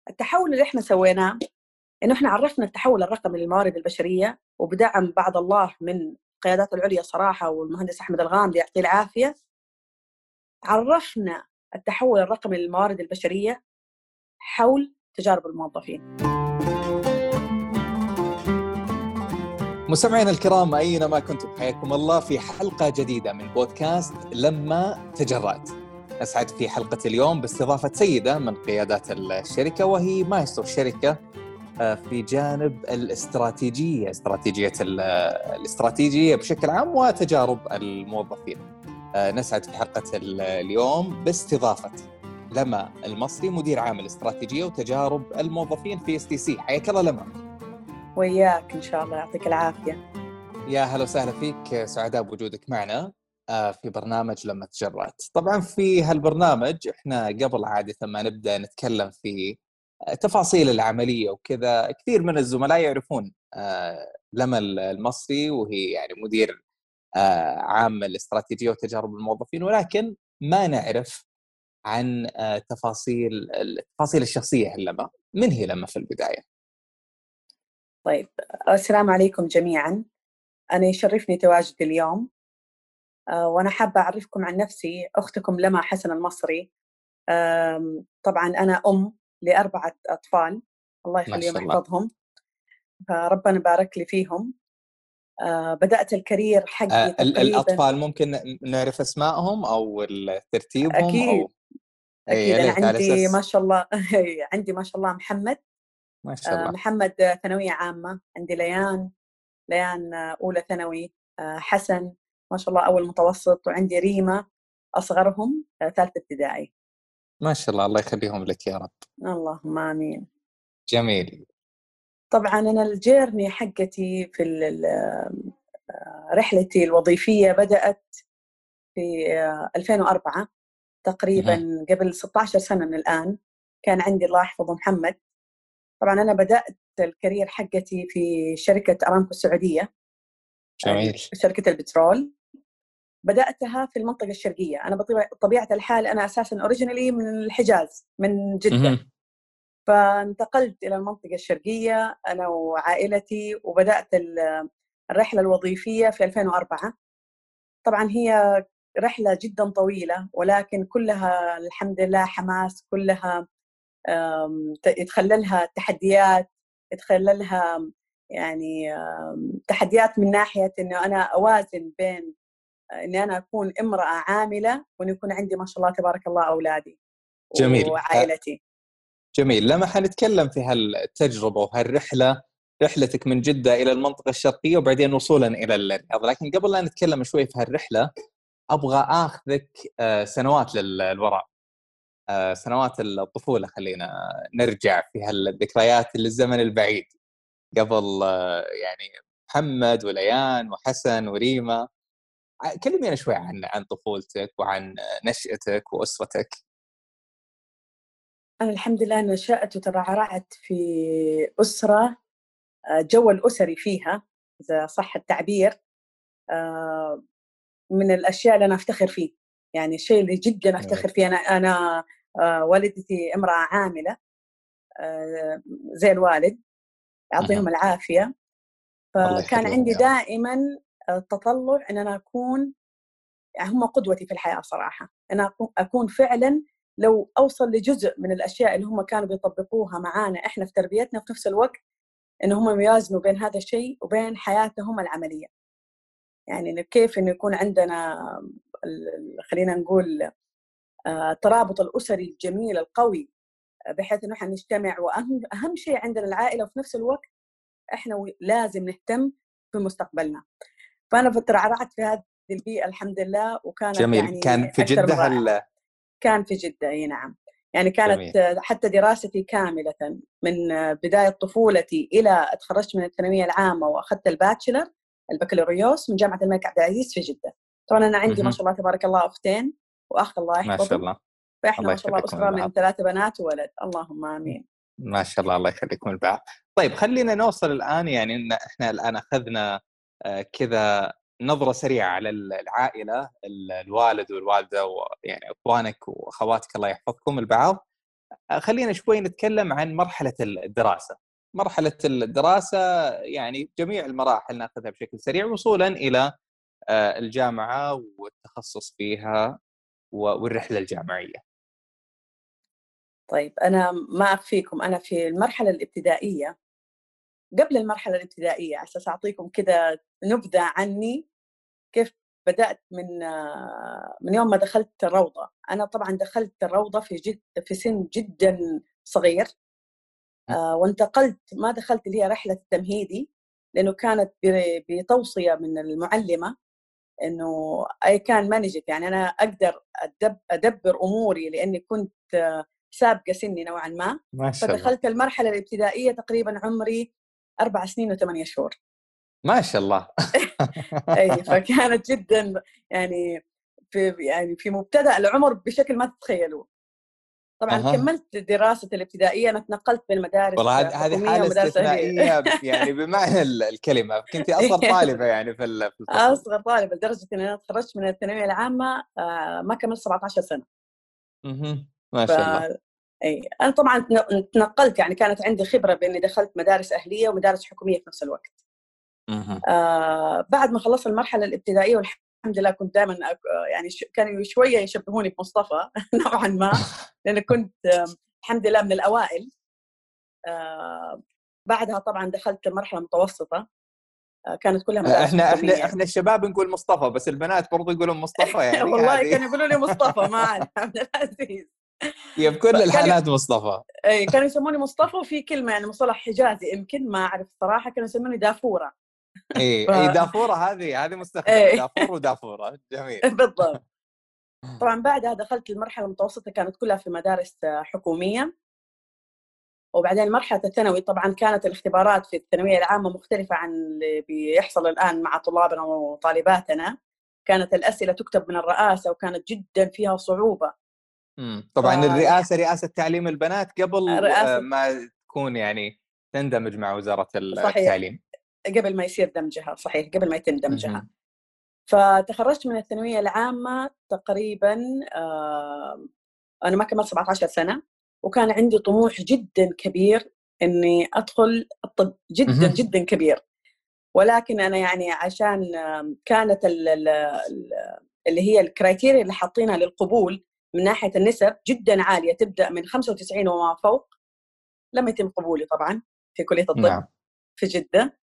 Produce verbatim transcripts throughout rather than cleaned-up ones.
التحول اللي احنا سويناه انه احنا عرفنا التحول الرقمي للموارد البشريه، وبدعم بعد الله من القيادات العليا صراحه، والمهندس احمد الغامدي يعطيه العافيه. عرفنا التحول الرقمي للموارد البشريه حول تجارب الموظفين. مستمعينا الكرام أينما كنتم، حياكم الله في حلقة جديدة من بودكاست لما تجرأت. أسعد في حلقة اليوم باستضافة سيدة من قيادات الشركة، وهي مايسترو الشركة في جانب الاستراتيجية استراتيجية الاستراتيجية بشكل عام وتجارب الموظفين. نسعد في حلقة اليوم باستضافة لما المصري، مدير عام الاستراتيجية وتجارب الموظفين في اس تي سي. حياك الله لما. وياك إن شاء الله، يعطيك العافية. يا هلا وسهلا فيك، سعداء بوجودك معنا في برنامج لما تجرأت. طبعا في هالبرنامج احنا قبل عادة ما نبدأ نتكلم في تفاصيل العملية وكذا، كثير من الزملاء يعرفون لما المصري وهي يعني مدير عام الاستراتيجية وتجارب الموظفين، ولكن ما نعرف عن تفاصيل التفاصيل الشخصية لما. من هي لما في البداية؟ طيب، السلام عليكم جميعا. أنا يشرفني تواجدي اليوم، وأنا حابة أعرفكم عن نفسي. أختكم لما حسن المصري. طبعا أنا أم لأربعة أطفال، الله يخليهم يحفظهم، فربنا بارك لي فيهم. بدأت الكارير حقي تقريبا. الأطفال ممكن نعرف أسمائهم أو ترتيبهم؟ أكيد أو أكيد. أنا عندي أساس... ما شاء الله عندي ما شاء الله محمد. ما شاء الله. محمد ثانوية عامة. عندي ليان ليان أولى ثانوي. حسن ما شاء الله أول متوسط. وعندي ريما أصغرهم ثالثة ابتدائي. ما شاء الله، الله يخليهم لك يا رب. اللهم آمين. جميل. طبعا أنا الجيرني حقتي في رحلتي الوظيفية بدأت في ألفين وأربعة تقريبا، م- قبل ستة عشر سنة من الآن. كان عندي الله يحفظه محمد. طبعا أنا بدأت الكارير حقتي في شركة أرامكو السعودية. جميل. شركة البترول. بدأتها في المنطقة الشرقية. أنا بطبيعة الحال أنا أساساً أوريجينالي من الحجاز، من جدة. م- فانتقلت إلى المنطقة الشرقية أنا وعائلتي، وبدأت الرحلة الوظيفية في ألفين وأربعة. طبعاً هي رحلة جداً طويلة، ولكن كلها الحمد لله حماس، كلها يتخللها تحديات، يتخللها يعني تحديات من ناحية إنه أنا أوازن بين إني أنا أكون امرأة عاملة وإن يكون عندي ما شاء الله تبارك الله أولادي. جميل. وعائلتي. جميل. لما حنتكلم في هالتجربة وهالرحلة، رحلتك من جدة إلى المنطقة الشرقية وبعدين وصولا إلى الرياض، لكن قبل لا نتكلم شوي في هالرحلة أبغى آخذك سنوات للوراء، سنوات الطفولة. خلينا نرجع في هالذكريات للزمن البعيد، قبل يعني محمد وليان وحسن وريما. كلمينا شوي عن عن طفولتك وعن نشأتك وأسرتك. أنا الحمد لله نشأت وترعرعت في أسرة جو الأسري فيها، إذا صح التعبير، من الأشياء اللي أنا أفتخر فيه. يعني الشيء اللي جدا أفتخر فيه، أنا أنا والدتي امرأة عاملة زي الوالد، يعطيهم العافية. فكان عندي دائما التطلع أن أنا أكون، يعني هم قدوتي في الحياة صراحة. أنا أكون فعلا لو أوصل لجزء من الأشياء اللي هم كانوا بيطبقوها معانا إحنا في تربيتنا، في نفس الوقت إن هم يوازنوا بين هذا الشيء وبين حياتهم العملية. يعني كيف إنه يكون عندنا خلينا نقول الترابط الأسري الجميل القوي، بحيث إنه إحنا نجتمع، وأهم أهم شيء عندنا العائلة، وفي نفس الوقت إحنا لازم نهتم بمستقبلنا. فأنا فترعرعت في هذه البيئة الحمد لله. وكانت جميل. يعني كان في جدة هل... كان في جدة. اي نعم. يعني كانت جميل. حتى دراستي كاملة من بداية طفولتي إلى اتخرجت من الثانوية العامة وأخذت الباتشلر البكالوريوس من جامعة الملك عبد العزيز في جدة. طبعا أنا عندي م- ما شاء الله تبارك الله أختين وأخ الله يحفظه. ما شاء الله. فإحنا ما شاء الله أسرة من ثلاثة بنات وولد. اللهم آمين. ما شاء الله، الله يخليكم البعض. طيب خلينا نوصل الآن، يعني إن إحنا الآن أخذنا كذا نظرة سريعة على العائلة، الوالد والوالدة ويعني أخوانك وأخواتك الله يحفظكم البعض. خلينا شوي نتكلم عن مرحلة الدراسة. مرحلة الدراسة يعني جميع المراحل ناخذها بشكل سريع وصولا إلى الجامعة والتخصص فيها والرحلة الجامعية. طيب أنا ما أخفيكم، أنا في المرحلة الابتدائية، قبل المرحلة الابتدائية، على أساس أعطيكم كده نبذة عني كيف بدأت من من يوم ما دخلت الروضة. أنا طبعا دخلت الروضة في جد في سن جدا صغير، وانتقلت، ما دخلت اللي هي رحلة التمهيدي، لأنه كانت بتوصية من المعلمة إنه أي كان مانجت، يعني أنا أقدر أدب أدبر أموري لأني كنت سابقة سني نوعا ما. ما شاء الله. فدخلت المرحلة الابتدائية تقريبا عمري أربع سنين وثمانية شهور. ما شاء الله. أي فكانت جدا يعني في يعني في مبتدأ العمر بشكل ما تتخيلوا. طبعا أه. كملت دراسة الابتدائية، أنا تنقلت بين مدارس والله هذه حكومية حالة ومدارس أهلية. استثنائية يعني بمعنى الكلمة. كنت أصغر طالبة يعني في الفصل. أصغر طالبة لدرجة إن أنا تخرجت من الثانوية العامة ما كملت سبعة عشر سنة. اها ما ف... شاء الله. أي أنا طبعا تنقلت، يعني كانت عندي خبرة بإني دخلت مدارس أهلية ومدارس حكومية في نفس الوقت. اها. آه بعد ما خلصت المرحلة الابتدائية والحمد لله كنت دائما يعني ش... كانوا شوية يشبهوني بمصطفى نوعا ما، لأن كنت الحمد لله من الأوائل. آه بعدها طبعا دخلت مرحلة متوسطة، آه كانت كلها مدارس احنا احنا حكومية. احنا الشباب نقول مصطفى، بس البنات برضو يقولون مصطفى يعني والله هذه. كانوا يقولوا لي مصطفى، ما أعرف عبد العزيز. هي بكل كان الحالات مصطفى. اي كانوا يسموني مصطفى، وفي كلمه يعني مصطلح حجازي يمكن ما اعرف صراحه، كانوا يسموني دافوره. ف... اي اي دافوره، هذه هذه مستخدمه، اي دافور ودافوره. جميل. بالضبط. طبعا بعدها دخلت المرحله المتوسطه، كانت كلها في مدارس حكوميه. وبعدين المرحله الثانوي طبعا كانت الاختبارات في الثانويه العامه مختلفه عن اللي بيحصل الان مع طلابنا وطالباتنا. كانت الاسئله تكتب من الرئاسه وكانت جدا فيها صعوبه. امم طبعا فالح... الرئاسه رئاسه تعليم البنات قبل آه، رئاسه، ما تكون يعني تندمج مع وزاره صحيح، التعليم. قبل ما يصير دمجها، صحيح، قبل ما يتم دمجها. مهم. فتخرجت من الثانوية العامة تقريبا آه أنا ما كملت سبعة عشر سنة، وكان عندي طموح جدا كبير إني أدخل الطب، جدا مهم. جدا كبير. ولكن أنا يعني عشان آه، كانت ال ال اللي هي الكرايتيريا اللي حاطينها للقبول من ناحية النسب جدا عالية، تبدأ من خمسة وتسعين وما فوق. لم يتم قبولي طبعا في كلية الطب نعم. في جدة.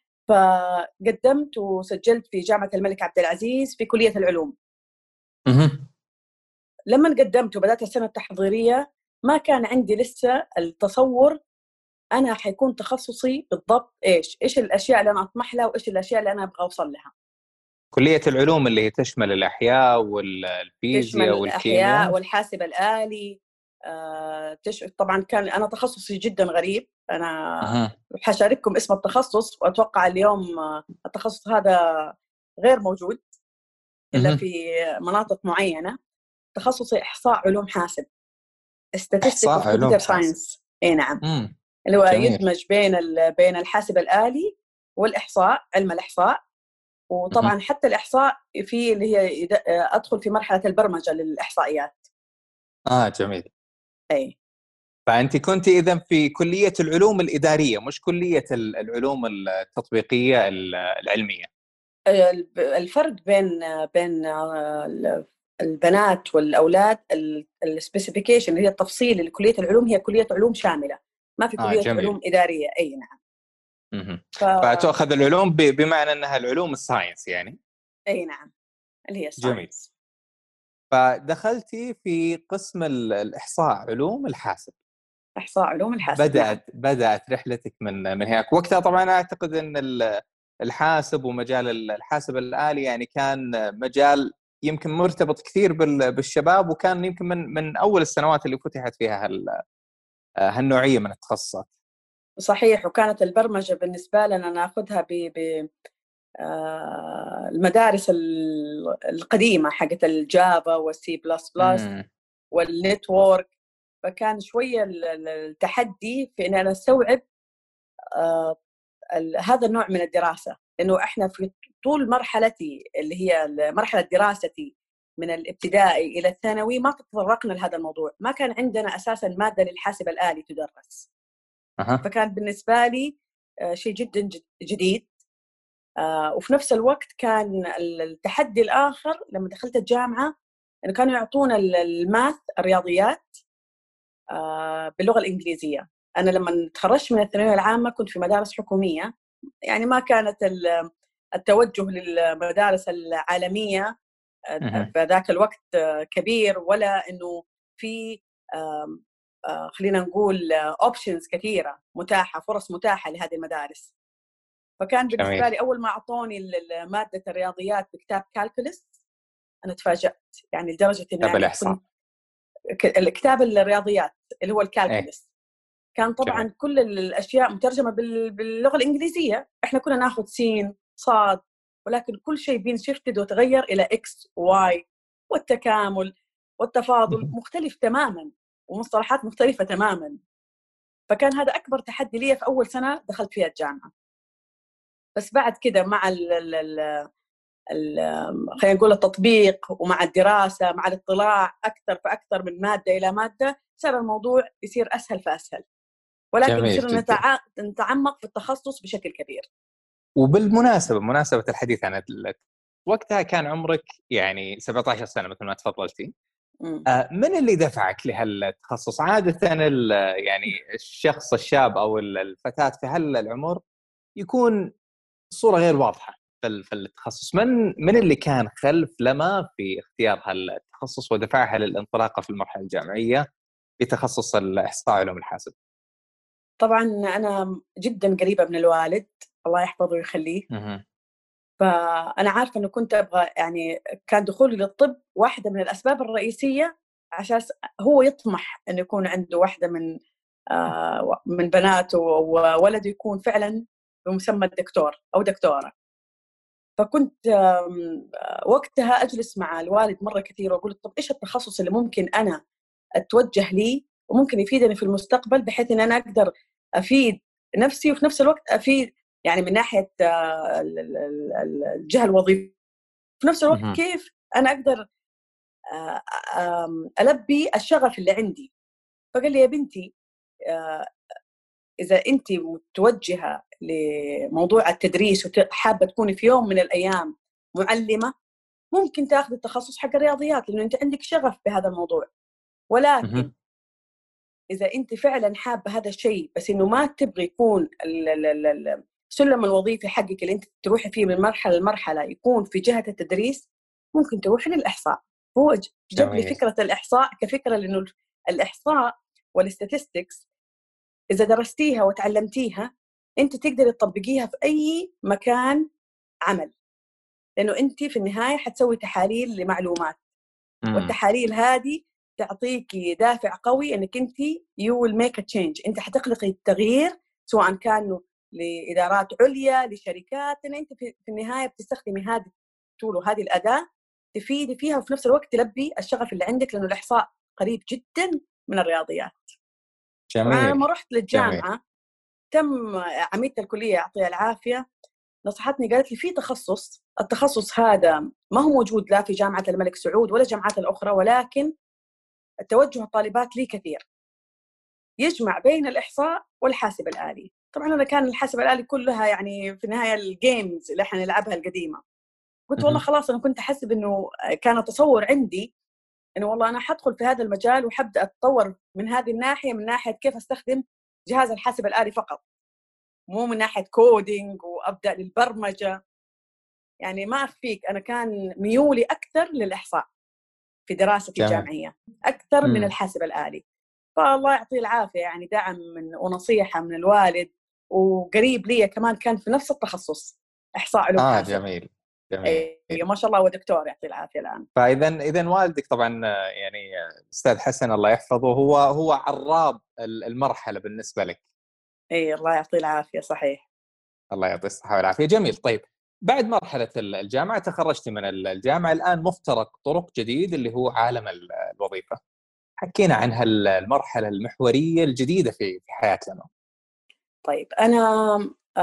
فقدمت وسجلت في جامعة الملك عبد العزيز في كلية العلوم. مهم. لما قدمت وبدأت السنة التحضيرية ما كان عندي لسه التصور أنا حيكون تخصصي بالضبط إيش إيش الأشياء اللي أنا أطمح لها وإيش الأشياء اللي أنا أبغى أوصل لها. كليه العلوم اللي هي تشمل الاحياء تشمل والفيزياء الأحياء والكيمياء. والحاسب الآلي. آه، تش... طبعا كان أنا تخصصي جدا غريب. أنا مهم. حشارككم اسم التخصص، وأتوقع اليوم آه، التخصص هذا غير موجود إلا مهم. في مناطق معينة. تخصصي إحصاء علوم حاسب، Statistics of احصاء علوم Computer حاسب. Science. إيه نعم، امم اللي هو جميل. يدمج بين بين الحاسب الآلي والإحصاء، علم الإحصاء. مهم. وطبعا حتى الإحصاء في اللي هي أدخل في مرحلة البرمجة للإحصائيات. اه جميل. أي فأنت كنت إذا في كلية العلوم الإدارية مش كلية العلوم التطبيقية العلمية. الفرق بين بين البنات والأولاد السبيسيفيكيشن، اللي هي التفصيل لكلية العلوم، هي كلية علوم شاملة، ما في آه كلية جميل. علوم إدارية. أي نعم. مهم. ف... فتأخذ العلوم ب- بمعنى أنها العلوم الساينس يعني. أي نعم، اللي هي جميل. الساينس. فدخلتي في قسم ال- الإحصاء علوم الحاسب. إحصاء علوم الحاسب، نعم. بدأت بدأت رحلتك من من هناك. وقتها طبعا أعتقد أن ال- الحاسب ومجال الحاسب الآلي يعني كان مجال يمكن مرتبط كثير بال- بالشباب، وكان يمكن من من أول السنوات اللي فتحت فيها هال- هالنوعية من التخصصات. صحيح. وكانت البرمجة بالنسبة لنا ناخذها ب ب آه، المدارس ال- القديمة حقت الجافا والسي بلس بلس امم والنتورك. فكان شوية ال- ال- التحدي في أن أنا أستوعب آه، ال- هذا النوع من الدراسة، لأنه إحنا في طول مرحلتي اللي هي مرحلة دراستي من الابتدائي إلى الثانوي ما تطرقنا لهذا الموضوع، ما كان عندنا أساساً مادة للحاسب الآلي تدرس. أه. فكان بالنسبة لي شيء جداً جديد. وفي نفس الوقت كان التحدي الآخر لما دخلت الجامعة إنه كانوا يعطونا الماث الرياضيات باللغة الإنجليزية. أنا لما تخرجت من الثانوية العامة كنت في مدارس حكومية، يعني ما كانت التوجه للمدارس العالمية في ذاك الوقت كبير، ولا إنه في خلينا نقول أوبشنز كثيرة متاحة، فرص متاحة لهذه المدارس. فكان بالنسبة جميل. لي أول ما أعطوني مادة الرياضيات بكتاب كالكولس أنا تفاجأت، يعني لدرجة إن يعني كنت الكتاب الرياضيات اللي هو الكالكولس إيه؟ كان طبعا جميل. كل الأشياء مترجمة باللغة الإنجليزية، إحنا كنا ناخذ سين صاد، ولكن كل شيء بين شفتد وتغير إلى إكس واي، والتكامل والتفاضل مختلف تماما، ومصطلحات مختلفة تماما. فكان هذا أكبر تحدي لي في أول سنة دخلت فيها الجامعة. بس بعد كده مع ال ال ال خلينا نقول التطبيق، ومع الدراسة، مع الاطلاع أكثر فأكثر من مادة إلى مادة، صار الموضوع يصير أسهل فأسهل، ولكن يصير نتع... نتعمق في التخصص بشكل كبير. وبالمناسبة مناسبة الحديث عن وقتها كان عمرك يعني سبعة عشر سنة مثل ما تفضلتي. آه من اللي دفعك لهالتخصص؟ عادة يعني الشخص الشاب أو الفتاة في هالعمر يكون الصورة غير واضحة في التخصص. من من اللي كان خلف لما في اختيار هالتخصص ودفعها للانطلاقة في المرحلة الجامعية في تخصص الإحصاء علوم الحاسب؟ طبعا أنا جدا قريبة من الوالد، الله يحفظه ويخليه. م- فأنا عارفة أنه كنت أبغى، يعني كان دخولي للطب واحدة من الأسباب الرئيسية عشان هو يطمح أن يكون عنده واحدة من آه من بناته وولده يكون فعلا بمسمى الدكتور أو دكتورة. فكنت وقتها أجلس مع الوالد مرة كثير وأقول طب إيش التخصص اللي ممكن أنا أتوجه ليه وممكن يفيدني في المستقبل، بحيث أن أنا أقدر أفيد نفسي وفي نفس الوقت أفيد يعني من ناحية الجهة الوظيفية، في نفس الوقت كيف أنا أقدر ألبي الشغف اللي عندي. فقال لي يا بنتي إذا أنت متوجهة لموضوع التدريس وحابة تكوني في يوم من الأيام معلمة، ممكن تاخذ التخصص حق الرياضيات لأنه أنت عندك شغف بهذا الموضوع. ولكن إذا أنت فعلا حابة هذا الشيء بس إنه ما تبغي يكون السلم الوظيفي حقك اللي أنت تروحي فيه من مرحلة لمرحلة يكون في جهة التدريس، ممكن تروحي للإحصاء. هو جاب لي فكرة الإحصاء كفكرة، لأنه الإحصاء والستاتستكس إذا درستيها وتعلمتيها أنت تقدري تطبقيها في أي مكان عمل، لأنه أنت في النهاية حتسوي تحاليل لمعلومات، م. والتحاليل هذه تعطيكي دافع قوي أنك أنت you will make a change، أنت حتخلقي التغيير سواء كانوا لإدارات عليا لشركات، أن أنت في النهاية بتستخدمي هذه التول وهذه الأداة تفيدي فيها وفي نفس الوقت تلبي الشغف اللي عندك، لأنه الإحصاء قريب جدا من الرياضيات. جميل. أنا لما رحت للجامعة جميل. تم عميدة الكلية يعطيها العافية نصحتني، قالت لي في تخصص، التخصص هذا ما هو موجود لا في جامعة الملك سعود ولا الجامعات الأخرى، ولكن التوجه الطالبات لي كثير، يجمع بين الإحصاء والحاسب الآلي. طبعا أنا كان الحاسب الآلي كلها يعني في النهاية الجيمز اللي احنا نلعبها القديمة. قلت والله خلاص أنا كنت أحسب إنه كان تصور عندي إنه والله أنا حدخل في هذا المجال وحبدأ أتطور من هذه الناحية، من ناحية كيف أستخدم جهاز الحاسب الآلي فقط، مو من ناحية كودينج وأبدأ للبرمجة. يعني ما أخفيك أنا كان ميولي أكثر للإحصاء في دراستي الجامعية أكثر م. من الحاسب الآلي. فالله يعطيه العافية، يعني دعم من ونصيحة من الوالد، وقريب لي كمان كان في نفس التخصص إحصاء علوم آه حاسب. جميل جميل. أيوة ما شاء الله، هو دكتور يعطيه العافية الآن. فإذا إذا والدك طبعا يعني أستاذ حسن الله يحفظه هو هو عراب المرحلة بالنسبة لك. أي الله يعطيه العافية، صحيح. الله يعطيه الصحة والعافية. جميل. طيب بعد مرحلة الجامعة تخرجت من الجامعة، الآن مفترق طرق جديد اللي هو عالم الوظيفة. حكينا عن هالمرحلة المحورية الجديدة في في حياتنا. طيب أنا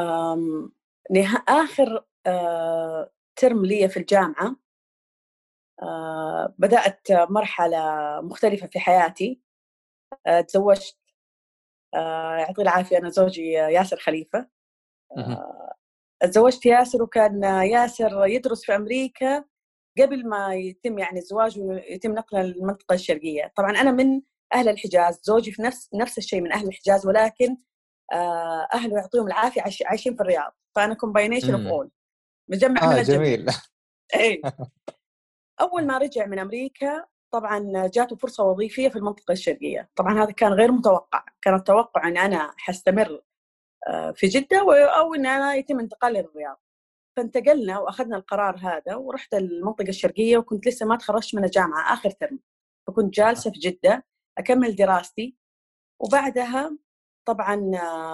آخر ترم لي في الجامعة آه بدأت مرحلة مختلفة في حياتي. آه تزوجت، آه يعطيه العافية، أنا زوجي ياسر خليفة. آه تزوجت ياسر، وكان ياسر يدرس في أمريكا قبل ما يتم يعني الزواج ويتم نقله للمنطقة الشرقية. طبعا أنا من أهل الحجاز، زوجي في نفس نفس الشيء من أهل الحجاز، ولكن آه أهله يعطيهم العافية عايشين في الرياض، فأنا combination of امم all، مجمع من اه الجميع. جميل. أي. أول ما رجع من أمريكا طبعا جاته فرصة وظيفية في المنطقة الشرقية. طبعا هذا كان غير متوقع، كان التوقع أن أنا حستمر في جدة أو أن أنا يتم انتقالي للرياض. فانتقلنا وأخذنا القرار هذا ورحت المنطقة الشرقية، وكنت لسه ما تخرجت من الجامعة آخر ترم، فكنت جالسة في جدة أكمل دراستي. وبعدها طبعا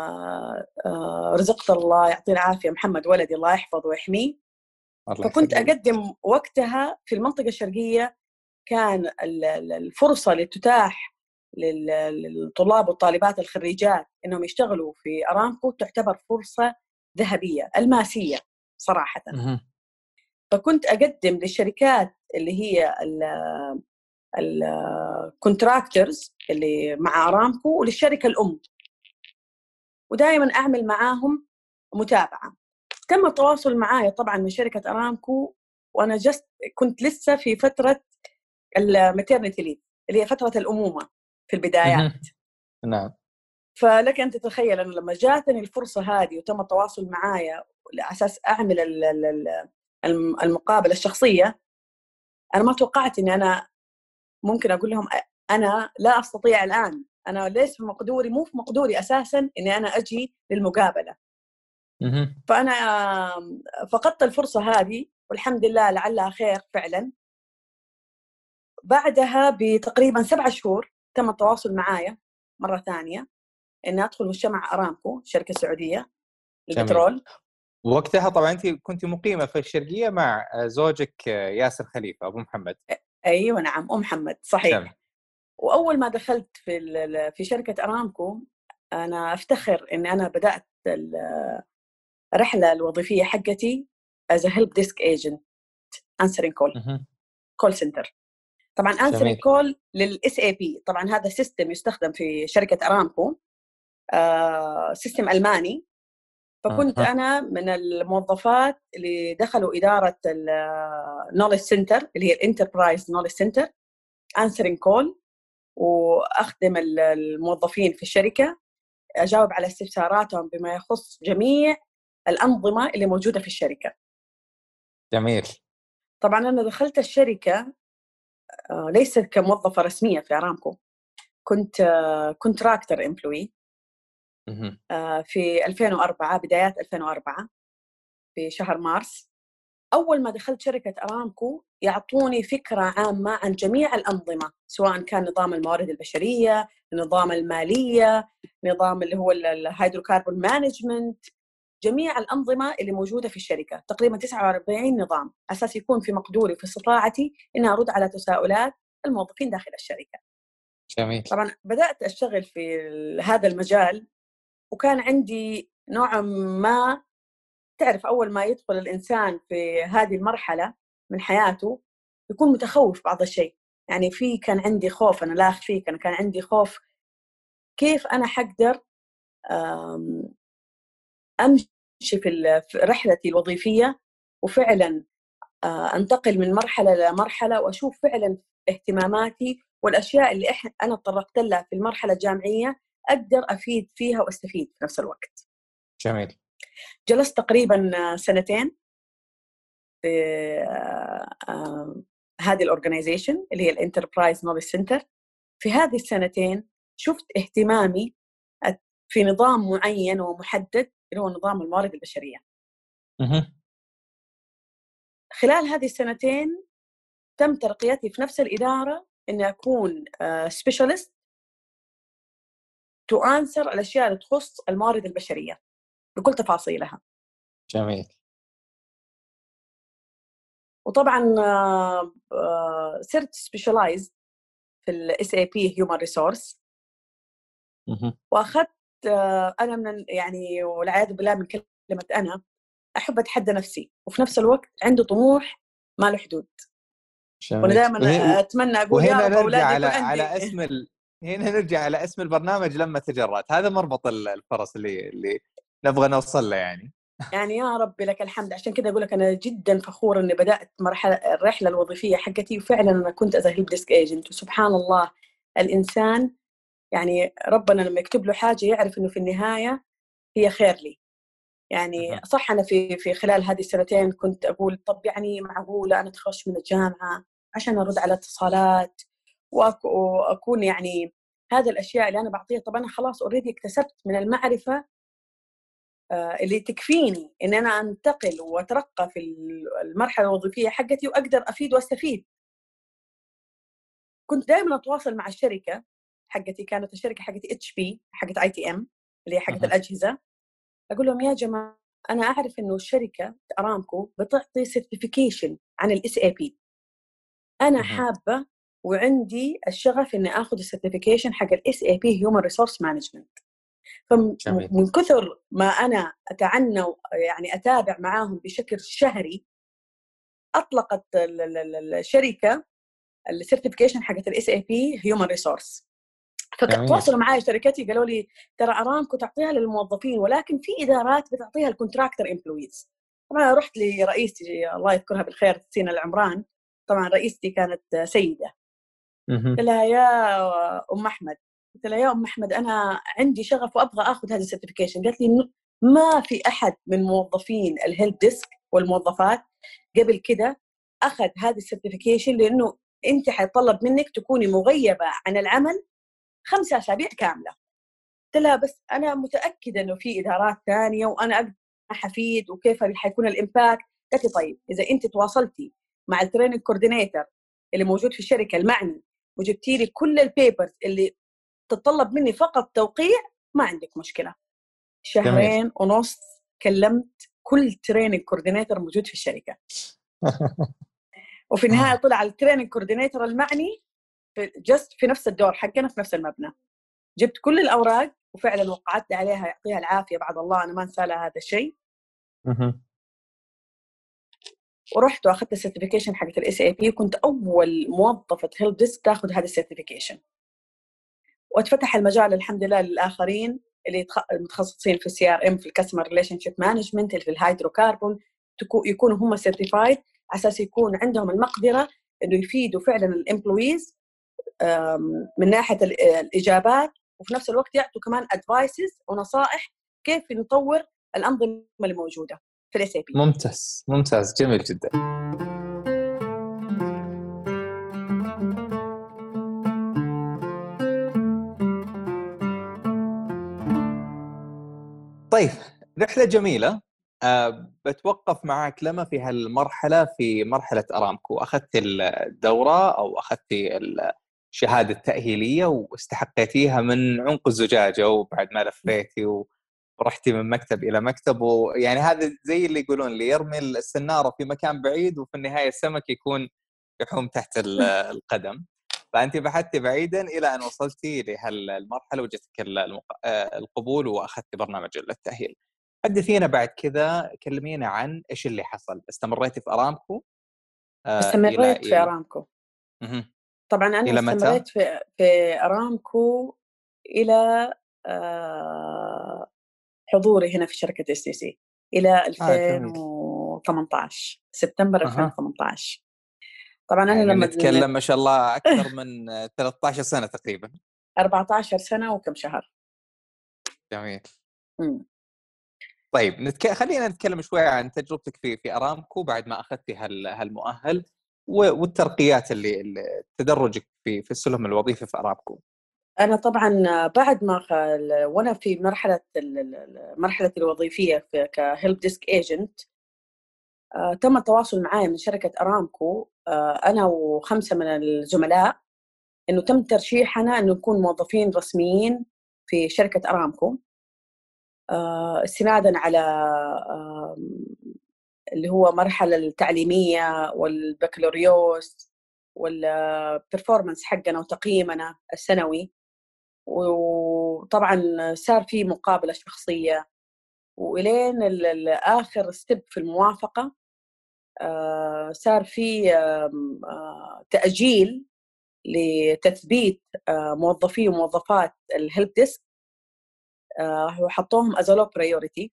رزقت الله يعطيه العافية محمد ولدي الله يحفظه ويحميه، الله فكنت يخليك. أقدم وقتها في المنطقة الشرقية. كان الفرصة اللي تتاح للطلاب والطالبات الخريجات إنهم يشتغلوا في أرامكو تعتبر فرصة ذهبية الماسية صراحة. فكنت أقدم للشركات اللي هي الكونتراكترز اللي مع أرامكو وللشركة الأم، ودائما أعمل معاهم متابعة. تم التواصل معايا طبعا من شركة أرامكو وأنا جست كنت لسه في فترة الماتيرنتي ليف اللي هي فترة الأمومة في البدايات. نعم. فلك أن تتخيل أنه لما جاتني الفرصة هذه وتم التواصل معايا على أساس أعمل المقابلة الشخصية، أنا ما توقعت أني أنا ممكن أقول لهم أنا لا أستطيع الآن، أنا ليس في مقدوري، مو في مقدوري أساساً أني أنا أجي للمقابلة. فأنا فقدت الفرصة هذه، والحمد لله لعلها خير فعلاً. بعدها بتقريباً سبعة شهور تم التواصل معايا مرة ثانية أن أدخل مجتمع أرامكو، شركة سعودية للبترول. وقتها طبعا أنت كنت مقيمة في الشرقية مع زوجك ياسر خليفة أبو محمد. أيوة نعم، أم محمد صحيح. جميل. وأول ما دخلت في في شركة أرامكو أنا أفتخر إن أنا بدأت الرحلة الوظيفية حقتي as a help desk agent answering call call center. طبعا answering call للإس إيه بي، طبعا هذا سيستم يستخدم في شركة أرامكو، آه سيستم ألماني. فكنت أنا من الموظفات اللي دخلوا إدارة النولج سنتر اللي هي الانتربرايز نولج سنتر answering call، وأخدم الموظفين في الشركة، أجاوب على استفساراتهم بما يخص جميع الأنظمة اللي موجودة في الشركة. جميل. طبعاً أنا دخلت الشركة ليس كموظفة رسمية في أرامكو، كنت كونتراكتر إمبلوي في ألفين وأربعة، بدايات ألفين وأربعة في شهر مارس. أول ما دخلت شركة أرامكو يعطوني فكرة عامة عن جميع الأنظمة، سواء كان نظام الموارد البشرية، نظام المالية، نظام اللي هو الهيدروكاربون مانجمنت، جميع الأنظمة اللي موجودة في الشركة، تقريبا تسعة وأربعين نظام، أساس يكون في مقدوري في استطاعتي إن أرد على تساؤلات الموظفين داخل الشركة. جميل. طبعا بدأت أشتغل في هذا المجال، وكان عندي نوع ما، تعرف أول ما يدخل الإنسان في هذه المرحلة من حياته يكون متخوف بعض الشيء. يعني في كان عندي خوف، أنا لا أخفيك، أنا كان عندي خوف كيف أنا حقدر أمشي في رحلتي الوظيفية وفعلا أنتقل من مرحلة لمرحلة وأشوف فعلا اهتماماتي والأشياء اللي أنا تطرقت لها في المرحلة الجامعية أقدر أفيد فيها وأستفيد في نفس الوقت. جميل. جلست تقريبا سنتين في هذه الأورجنايزيشن اللي هي الانتربرايز نولج سنتر. في هذه السنتين شفت اهتمامي في نظام معين ومحدد اللي هو نظام الموارد البشرية. خلال هذه السنتين تم ترقيتي في نفس الإدارة إني أكون سبيشاليست تو أنسر الأشياء اللي تخص الموارد البشرية بكل تفاصيلها. جميل. وطبعا صرت سبيشالايز في الاس اي بي هيومن ريسورس، واخذت انا من يعني والعياذ بالله من كلمه انا احب اتحدى نفسي، وفي نفس الوقت عندي طموح ما له حدود. وانا جميل. دائما وه- اتمنى اقول يا وهنا رب نرجع اولادي على يكون على عندي. اسم ال... هنا نرجع على اسم البرنامج لما تجرأت، هذا مربط ال- الفرس اللي اللي نبغى نوصل له يعني. يعني يا رب لك الحمد. عشان كذا اقول لك انا جدا فخوره اني بدات مرحله الرحله الوظيفيه حقتي، وفعلا انا كنت از هيلب ديسك ايجنت. وسبحان الله الانسان يعني ربنا لما يكتب له حاجه يعرف انه في النهايه هي خير لي. يعني مهم. صح انا في في خلال هذه السنتين كنت اقول طب يعني معقوله انا تخرجت من الجامعه عشان ارد على اتصالات وأك- واكون يعني هذه الاشياء اللي انا بعطيها. طب انا خلاص اوريدي اكتسبت من المعرفه آه، اللي تكفيني ان انا انتقل واترقى في المرحله الوظيفيه حقتي واقدر افيد واستفيد. كنت دائما اتواصل مع الشركه حقتي، كانت الشركه حقتي اتش بي حقت اي تي ام اللي هي حقت مهم. الاجهزه. اقول لهم يا جماعه انا اعرف انه الشركه ارامكو بتعطي سيرتيفيكيشن عن الاس اي بي، انا مهم. حابه وعندي الشغف اني اخذ السيرتيفيكيشن حق الاس اي بي هيومن ريسورس مانجمنت. جميل. فمن كثر ما انا اتعنى يعني اتابع معاهم بشكل شهري، اطلقت الشركه السيرتيفيكيشن حقت الاس اي بي هيومن ريسورس. جميل. فتواصلوا معي شركتي قالوا لي ترى ارامكو تعطيها للموظفين ولكن في ادارات بتعطيها الكونتراكتر امبلويز. طبعا رحت لرئيستي الله يذكرها بالخير سينا العمران، طبعا رئيستي كانت سيده. مهم. قلت لها يا ام احمد، قلت لها يا ام احمد انا عندي شغف وابغى اخذ هذه السيرتيفيكيشن. قالت لي ما في احد من موظفين الهيلب ديسك والموظفات قبل كده اخذ هذه السيرتيفيكيشن، لانه انت حيطلب منك تكوني مغيبه عن العمل خمسة اسابيع كامله. قلت لها بس انا متاكده انه في ادارات ثانيه وانا اقدر حفيد وكيف حيكون الامباكت. قالت لي طيب اذا انت تواصلتي مع التريننج كوردينيتور اللي موجود في الشركه المعني وجبتي لي كل البيبرز اللي تتطلب مني فقط توقيع ما عندك مشكله. جميل. شهرين ونص كلمت كل تريننج كوردينيتور موجود في الشركه، وفي النهايه طلع التريننج كوردينيتور المعني في جست في نفس الدور حقنا في نفس المبنى. جبت كل الاوراق وفعلا وقعت عليها يعطيها العافيه بعد الله، انا ما انسى لها هذا الشيء. مهم. ورحت واخذت السيرتيفيكيشن حقت الاس اي بي، وكنت اول موظفه هيلب ديسك تاخذ هذا السيرتيفيكيشن. واتفتح المجال الحمد لله للاخرين اللي متخصصين في السي ار ام، في الكاستمر ريليشن شيب مانجمنت، اللي في الهيدروكربون، يكونوا هم سيرتيفايد على اساس يكون عندهم المقدره انه يفيدوا فعلا الامبلويز من ناحيه الاجابات، وفي نفس الوقت يعطوا كمان ادفايسز ونصائح كيف نطور الانظمه اللي موجوده في الاس اي بي. ممتاز ممتاز، جميل جدا. طيب، رحلة جميلة. أه بتوقف معك لما في هالمرحلة، في مرحلة أرامكو أخذت الدورة أو أخذت الشهادة التأهيلية واستحقيتيها من عنق الزجاجة، وبعد ما لفيتي ورحتي من مكتب إلى مكتب، ويعني هذا زي اللي يقولون اللي يرمي السنارة في مكان بعيد وفي النهاية السمك يكون يحوم تحت القدم. فأنت بحثتي بعيدا إلى أن وصلتي لهالمرحلة وجدتك المق- القبول وأخذتي برنامج التأهيل. حدثينا بعد كذا، كلمينا عن إيش اللي حصل. استمريتي في أرامكو آه إلى استمريت في إلى ارامكو. مه. طبعا انا إلى متى؟ استمريت في في ارامكو الى آه، حضوري هنا في شركه اس تي سي الى آه جميل. ألفين وثمانية عشر سبتمبر أها. ألفين وثمانية عشر. طبعا انا يعني لما نتكلم ما شاء الله أكثر من ثلاثة عشر سنة تقريبا. أربعة عشر سنه وكم شهر. جميل. مم. طيب نتك... خلينا نتكلم شوي عن تجربتك في في ارامكو بعد ما اخذتي هال... هالمؤهل و... والترقيات اللي... اللي تدرجك في في السلم الوظيفي في ارامكو. انا طبعا بعد ما خل... وانا في مرحله ال- مرحله الوظيفيه في كهيلب ديسك ايجنت، تم التواصل معي من شركه ارامكو آه انا وخمسه من الزملاء انه تم ترشيحنا انه نكون موظفين رسميين في شركه ارامكو، آه استنادا على آه اللي هو مرحله التعليميه والبكالوريوس والبرفورمانس حقنا وتقييمنا السنوي. وطبعا صار في مقابله شخصيه والين اخر ستيب في الموافقه آه صار في آه آه تأجيل لتثبيت آه موظفي وموظفات الهيلب ديسك، آه وحطوهم as a low priority،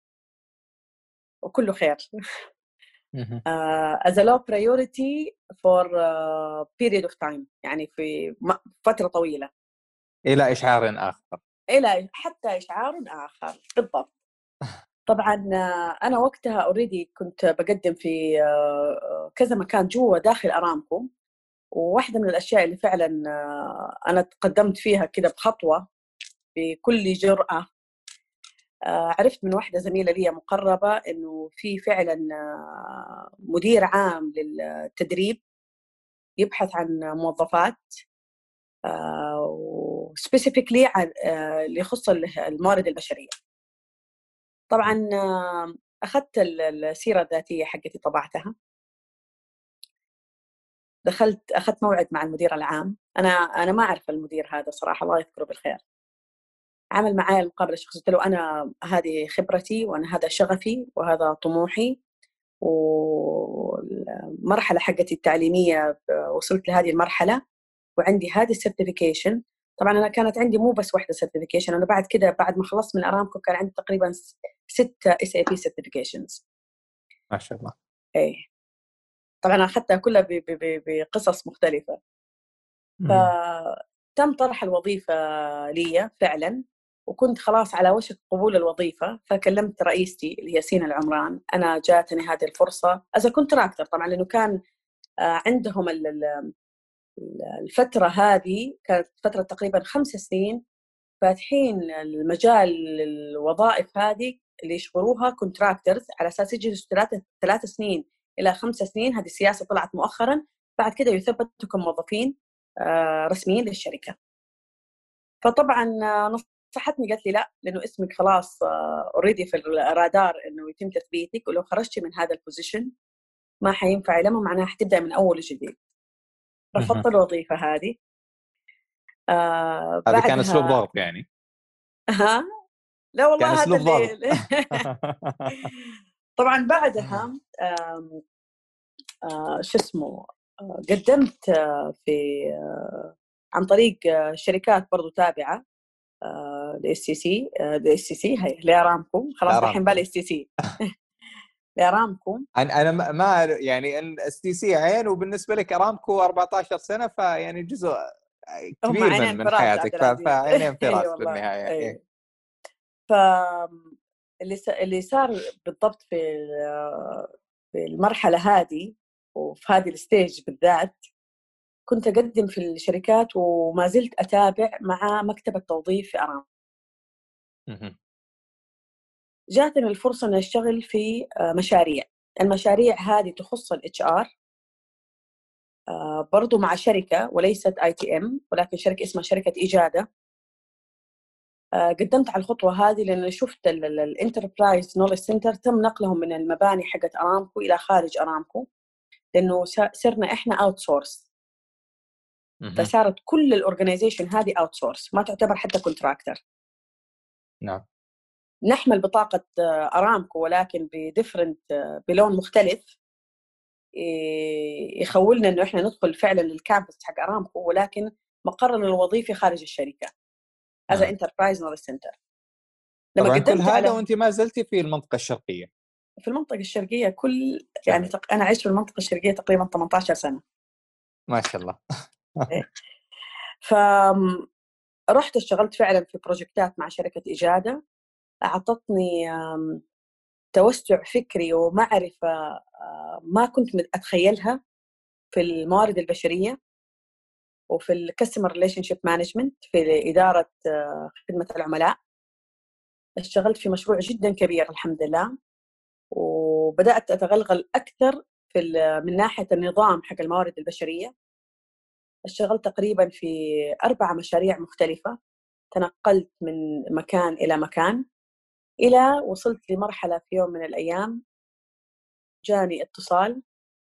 وكله خير. uh, as a low priority for uh, period of time، يعني في فترة طويلة إلى إشعار آخر. إلى حتى إشعار آخر بالضبط. طبعا أنا وقتها أوريدي كنت بقدم في كذا مكان جوا داخل أرامكو، وواحدة من الأشياء اللي فعلا أنا تقدمت فيها كده بخطوة بكل جرأة، عرفت من واحدة زميلة لي مقربة إنه في فعلا مدير عام للتدريب يبحث عن موظفات وسبيسيفيكلي عن اللي يخص الموارد البشرية. طبعا أخذت السيرة الذاتية حقتي طبعتها، دخلت أخذت موعد مع المدير العام. أنا أنا ما أعرف المدير هذا صراحة، الله يذكره بالخير. عمل معي المقابلة الشخصية، قلت له أنا هذه خبرتي وأنا هذا شغفي وهذا طموحي، والمرحلة حقتي التعليمية وصلت لهذه المرحلة وعندي هذه السيرتيفيكيشن. طبعا أنا كانت عندي مو بس واحدة سيرتيفيكيشن، أنا بعد كده بعد ما خلصت من أرامكو كان عندي تقريبا ستة إس إيه بي سيرتيفيكيشنز. ما شاء الله. إيه طبعا أخذتها كلها بقصص مختلفة. فتم طرح الوظيفة لي فعلا، وكنت خلاص على وشك قبول الوظيفة، فكلمت رئيستي اللي هي سينا العمران، أنا جاتني هذه الفرصة إذا كنت راكتر طبعا، لأنه كان عندهم الفترة هذه كانت فترة تقريبا خمس سنين فاتحين المجال الوظائف هذه اللي يشغلوها كونتراكترز على أساس يجلسوا ثلاثة ثلاث سنين إلى خمس سنين. هذه السياسة طلعت مؤخرا، بعد كده يثبتوا كموظفين رسميين للشركة. فطبعا نصحتني قالت لي لا، لأنه اسمك خلاص اوريدي في الرادار إنه يتم تثبيتك، ولو خرجتي من هذا البوزيشن ما حينفع، لما معناها حتبدأ من أول وجديد. رفضت الوظيفة هذه. آه هذا كان بعدها... أسلوب ضغط يعني؟ ها لا والله هذا اللي طبعا بعدها آه آه شو اسمه آه قدمت آه في آه عن طريق آه شركات برضو تابعة لإس سي سي لإس سي سي هي لأرامكو. خلاص الحين بالي إس سي سي لأرامكو. أنا أنا ما يعني إن إس تي سي عين، وبالنسبة لك أرامكو أربعة عشر سنة، فيعني جزء كبير من من حياتك، فعينين في راس في النهاية. إيه. ف اللي اللي صار بالضبط في في المرحلة هذه وفي هذه الستيج بالذات، كنت أقدم في الشركات وما زلت أتابع مع مكتب التوظيف في أرامكو. جاتني الفرصة أن أشتغل في مشاريع. المشاريع هذه تخص ال إتش آر برضو مع شركة وليست آي تي إم، ولكن شركة اسمها شركة إجادة. قدمت على الخطوة هذه لأن شفت الانتربرايز نولج سنتر تم نقلهم من المباني حقت أرامكو إلى خارج أرامكو، لأنه صرنا إحنا أوت سورس. فصارت كل الأورجنايزيشن هذه أوت سورس، ما تعتبر حتى كونتراكتر. نعم. نحمل بطاقة أرامكو ولكن بديفرنت بلون مختلف، يخولنا إنه إحنا ندخل فعلا للكامبس حق أرامكو، ولكن مقرنا الوظيفي خارج الشركة as an enterprise knowledge center. لما طبعا كل هذا على... وانت ما زلتي في المنطقة الشرقية. في المنطقة الشرقية كل يعني تق... أنا عشت في المنطقة الشرقية تقريبا ثمانية عشر سنة. ما شاء الله. فرحت اشتغلت فعلا في بروجكتات مع شركة إجادة، أعطتني توسع فكري ومعرفة ما كنت أتخيلها في الموارد البشرية وفي الكاستمر ريليشنشيب مانجمنت في إدارة خدمة العملاء. اشتغلت في مشروع جدا كبير الحمد لله، وبدأت أتغلغل أكثر في من ناحية النظام حق الموارد البشرية. اشتغلت تقريبا في أربع مشاريع مختلفة، تنقلت من مكان إلى مكان إلى وصلت لمرحلة في يوم من الأيام جاني اتصال،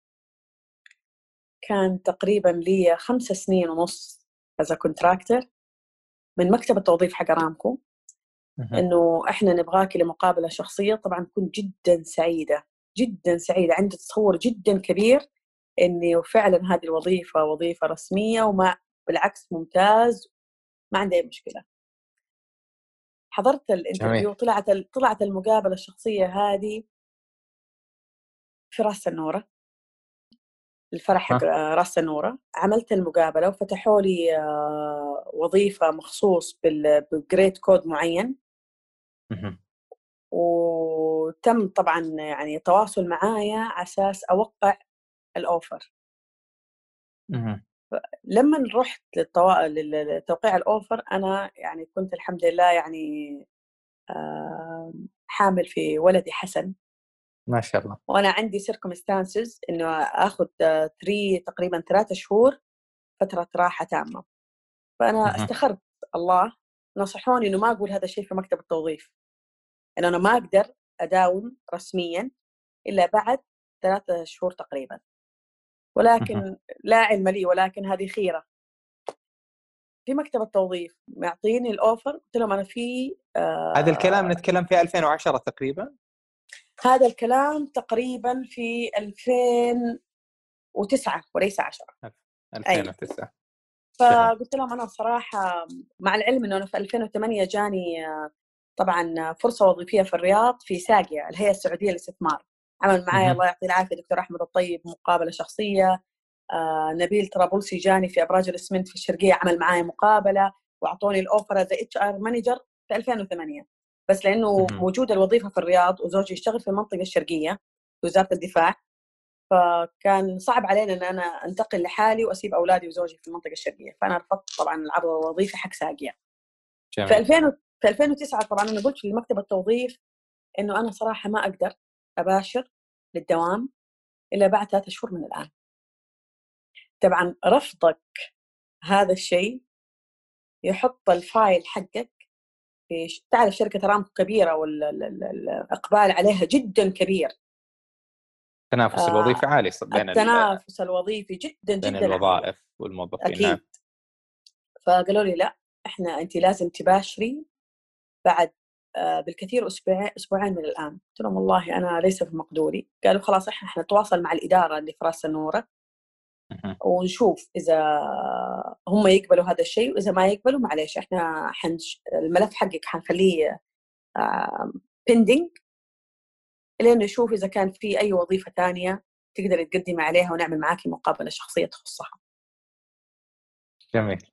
كان تقريبا لي خمس سنين ونص as a contractor من مكتب التوظيف حق أرامكو، إنه إحنا نبغاك لمقابلة شخصية. طبعا كنت جدا سعيدة جدا سعيدة، عندي تصور جدا كبير إني فعلا هذه الوظيفة وظيفة رسمية، وما بالعكس ممتاز، ما عندي أي مشكلة. حضرت جميل. الانترفيو، طلعت طلعت المقابلة الشخصية هذه في راس النورة، الفرح حق ها. راس النورة. عملت المقابلة وفتحوا لي وظيفة مخصوص بالجريد كود معين، مهم. وتم طبعا يعني التواصل معايا على أساس أوقع الأوفر. مهم. لما رحت للتوا... لتوقيع الأوفر، أنا يعني كنت الحمد لله يعني حامل في ولدي حسن ما شاء الله. وأنا عندي circumstances إنه أخذ تري تقريبا ثلاثة شهور فترة راحة تامة. فأنا مهم. استخرت الله، نصحوني إنه ما أقول هذا الشيء في مكتب التوظيف، إن أنا ما أقدر أداوم رسميا إلا بعد ثلاثة شهور تقريبا. مهم. ولكن لا علم لي، ولكن هذه خيرة في مكتب التوظيف معطيني الأوفر. قلت لهم أنا في هذا الكلام آه نتكلم في ألفين وعشرة تقريبا. هذا الكلام تقريبا في ألفين وتسعة وليس عشرة. أي. ألفين وتسعة. جميل. فقلت لهم أنا صراحة، مع العلم أنه أنا في ألفين وثمانية جاني طبعا فرصة وظيفية في الرياض في ساقية، الهيئة السعودية للاستثمار. عمل معايا الله يعطيه العافية دكتور أحمد الطيب مقابلة شخصية. آه نبيل طرابلسي جاني في أبراج الإسمنت في الشرقية، عمل معايا مقابلة وأعطوني الأوفر ذا اتش ار مانجر في ألفين وثمانية. بس لأنه مهم. موجودة الوظيفة في الرياض وزوجي يشتغل في المنطقة الشرقية في وزارة الدفاع، فكان صعب علينا أن أنا أنتقل لحالي وأسيب أولادي وزوجي في المنطقة الشرقية. فأنا رفضت طبعا العرض الوظيفي حق ساقية. في جميل. ألفين في ألفين وتسعة طبعا أنا قلت في مكتب التوظيف إنه أنا صراحة ما أقدر أباشر للدوام إلا بعد ثلاثة شهور من الآن. طبعا رفضك هذا الشيء يحط الفايل حقك في، تعرف شركة أرامكو كبيرة والإقبال عليها جدا كبير، التنافس آه الوظيفي عالي بين التنافس الوظيفي جدا بين جدا عالي. الوظائف والموظفين. أكيد. نعم. فقالوا لي لا، إحنا أنت لازم تباشري بعد آه بالكثير أسبوعين أسبوعين من الآن. قلت لهم والله أنا ليس في مقدوري. قالوا خلاص إحنا إحنا نتواصل مع الإدارة اللي في راس النورة ونشوف إذا هم يقبلوا هذا الشيء، وإذا ما يقبلوا معليش إحنا حنش الملف حقك حنخليه بيندينج لين نشوف إذا كان في أي وظيفة تانية تقدر تقدمي عليها ونعمل معاكي مقابلة شخصية تخصها. جميل.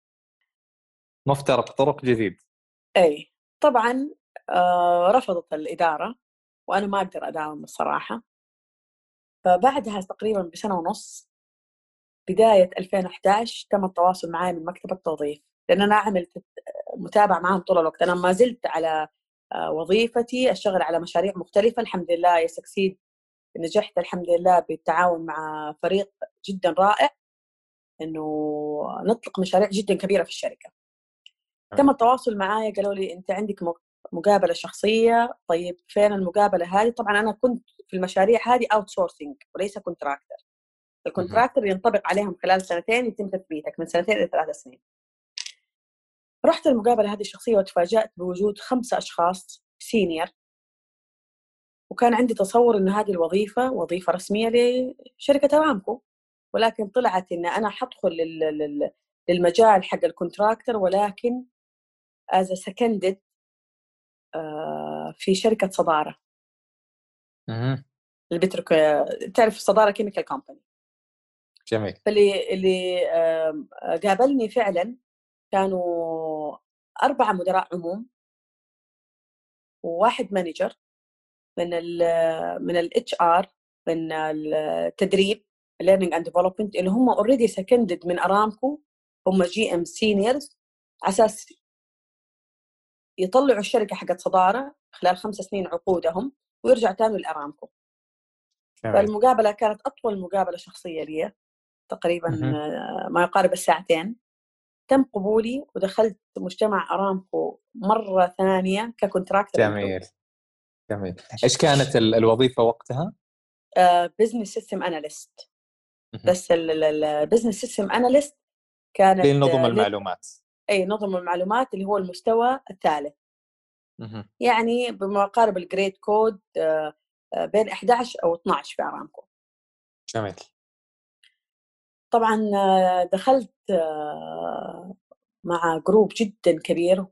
مفترق طرق جديد. أي طبعا آه رفضت الإدارة وأنا ما أقدر أداوم الصراحة. فبعدها تقريبا بسنة ونص بداية ألفين وأحد عشر تم التواصل معي من مكتب التوظيف، لأن أنا عملت متابعة معهم طول الوقت. أنا ما زلت على وظيفتي أشتغل على مشاريع مختلفة الحمد لله يسكسيد. نجحت الحمد لله بالتعاون مع فريق جدا رائع إنه نطلق مشاريع جدا كبيرة في الشركة. تم التواصل معايا قالوا لي أنت عندك مقابلة شخصية. طيب فين المقابلة هذه؟ طبعا أنا كنت في المشاريع هذه أوت سورسينج وليس كونتراكتر. الكونتراكتر ينطبق عليهم خلال سنتين يتم تثبيتك، من سنتين إلى ثلاث سنين. رحت المقابلة هذه الشخصية وتفاجأت بوجود خمسة أشخاص سينيور، وكان عندي تصور إن هذه الوظيفة وظيفة رسمية لشركة أرامكو، ولكن طلعت إن أنا حدخل للمجال حق الكونتراكتر ولكن as a seconded في شركة صدارة. البتروك تعرف صدارة كيميكال كومباني. جميل. فاللي اللي قابلني فعلا كانوا أربعة مدراء عموم وواحد مانجر من ال من الاتش ار من التدريب learning and development اللي هم already seconded من أرامكو، هم جي ام سينيورز، أساس يطلعوا الشركة حقت صدارة خلال خمس سنين عقودهم ويرجع تاني لأرامكو. فالمقابلة كانت أطول مقابلة شخصية لي تقريبا ما يقارب الساعتين. تم قبولي ودخلت مجتمع أرامكو مرة ثانية ككونتراكتر. جميل. جميل. إيش كانت الوظيفة وقتها؟ بزنس سيستم أناليست. بس البزنس سيستم أناليست كانت لنظم المعلومات. أي نظم المعلومات اللي هو المستوى الثالث. يعني بما يقارب الجريد كود بين إحدى عشر أو اثنا عشر في أرامكو. جميل. طبعا دخلت مع جروب جدا كبير،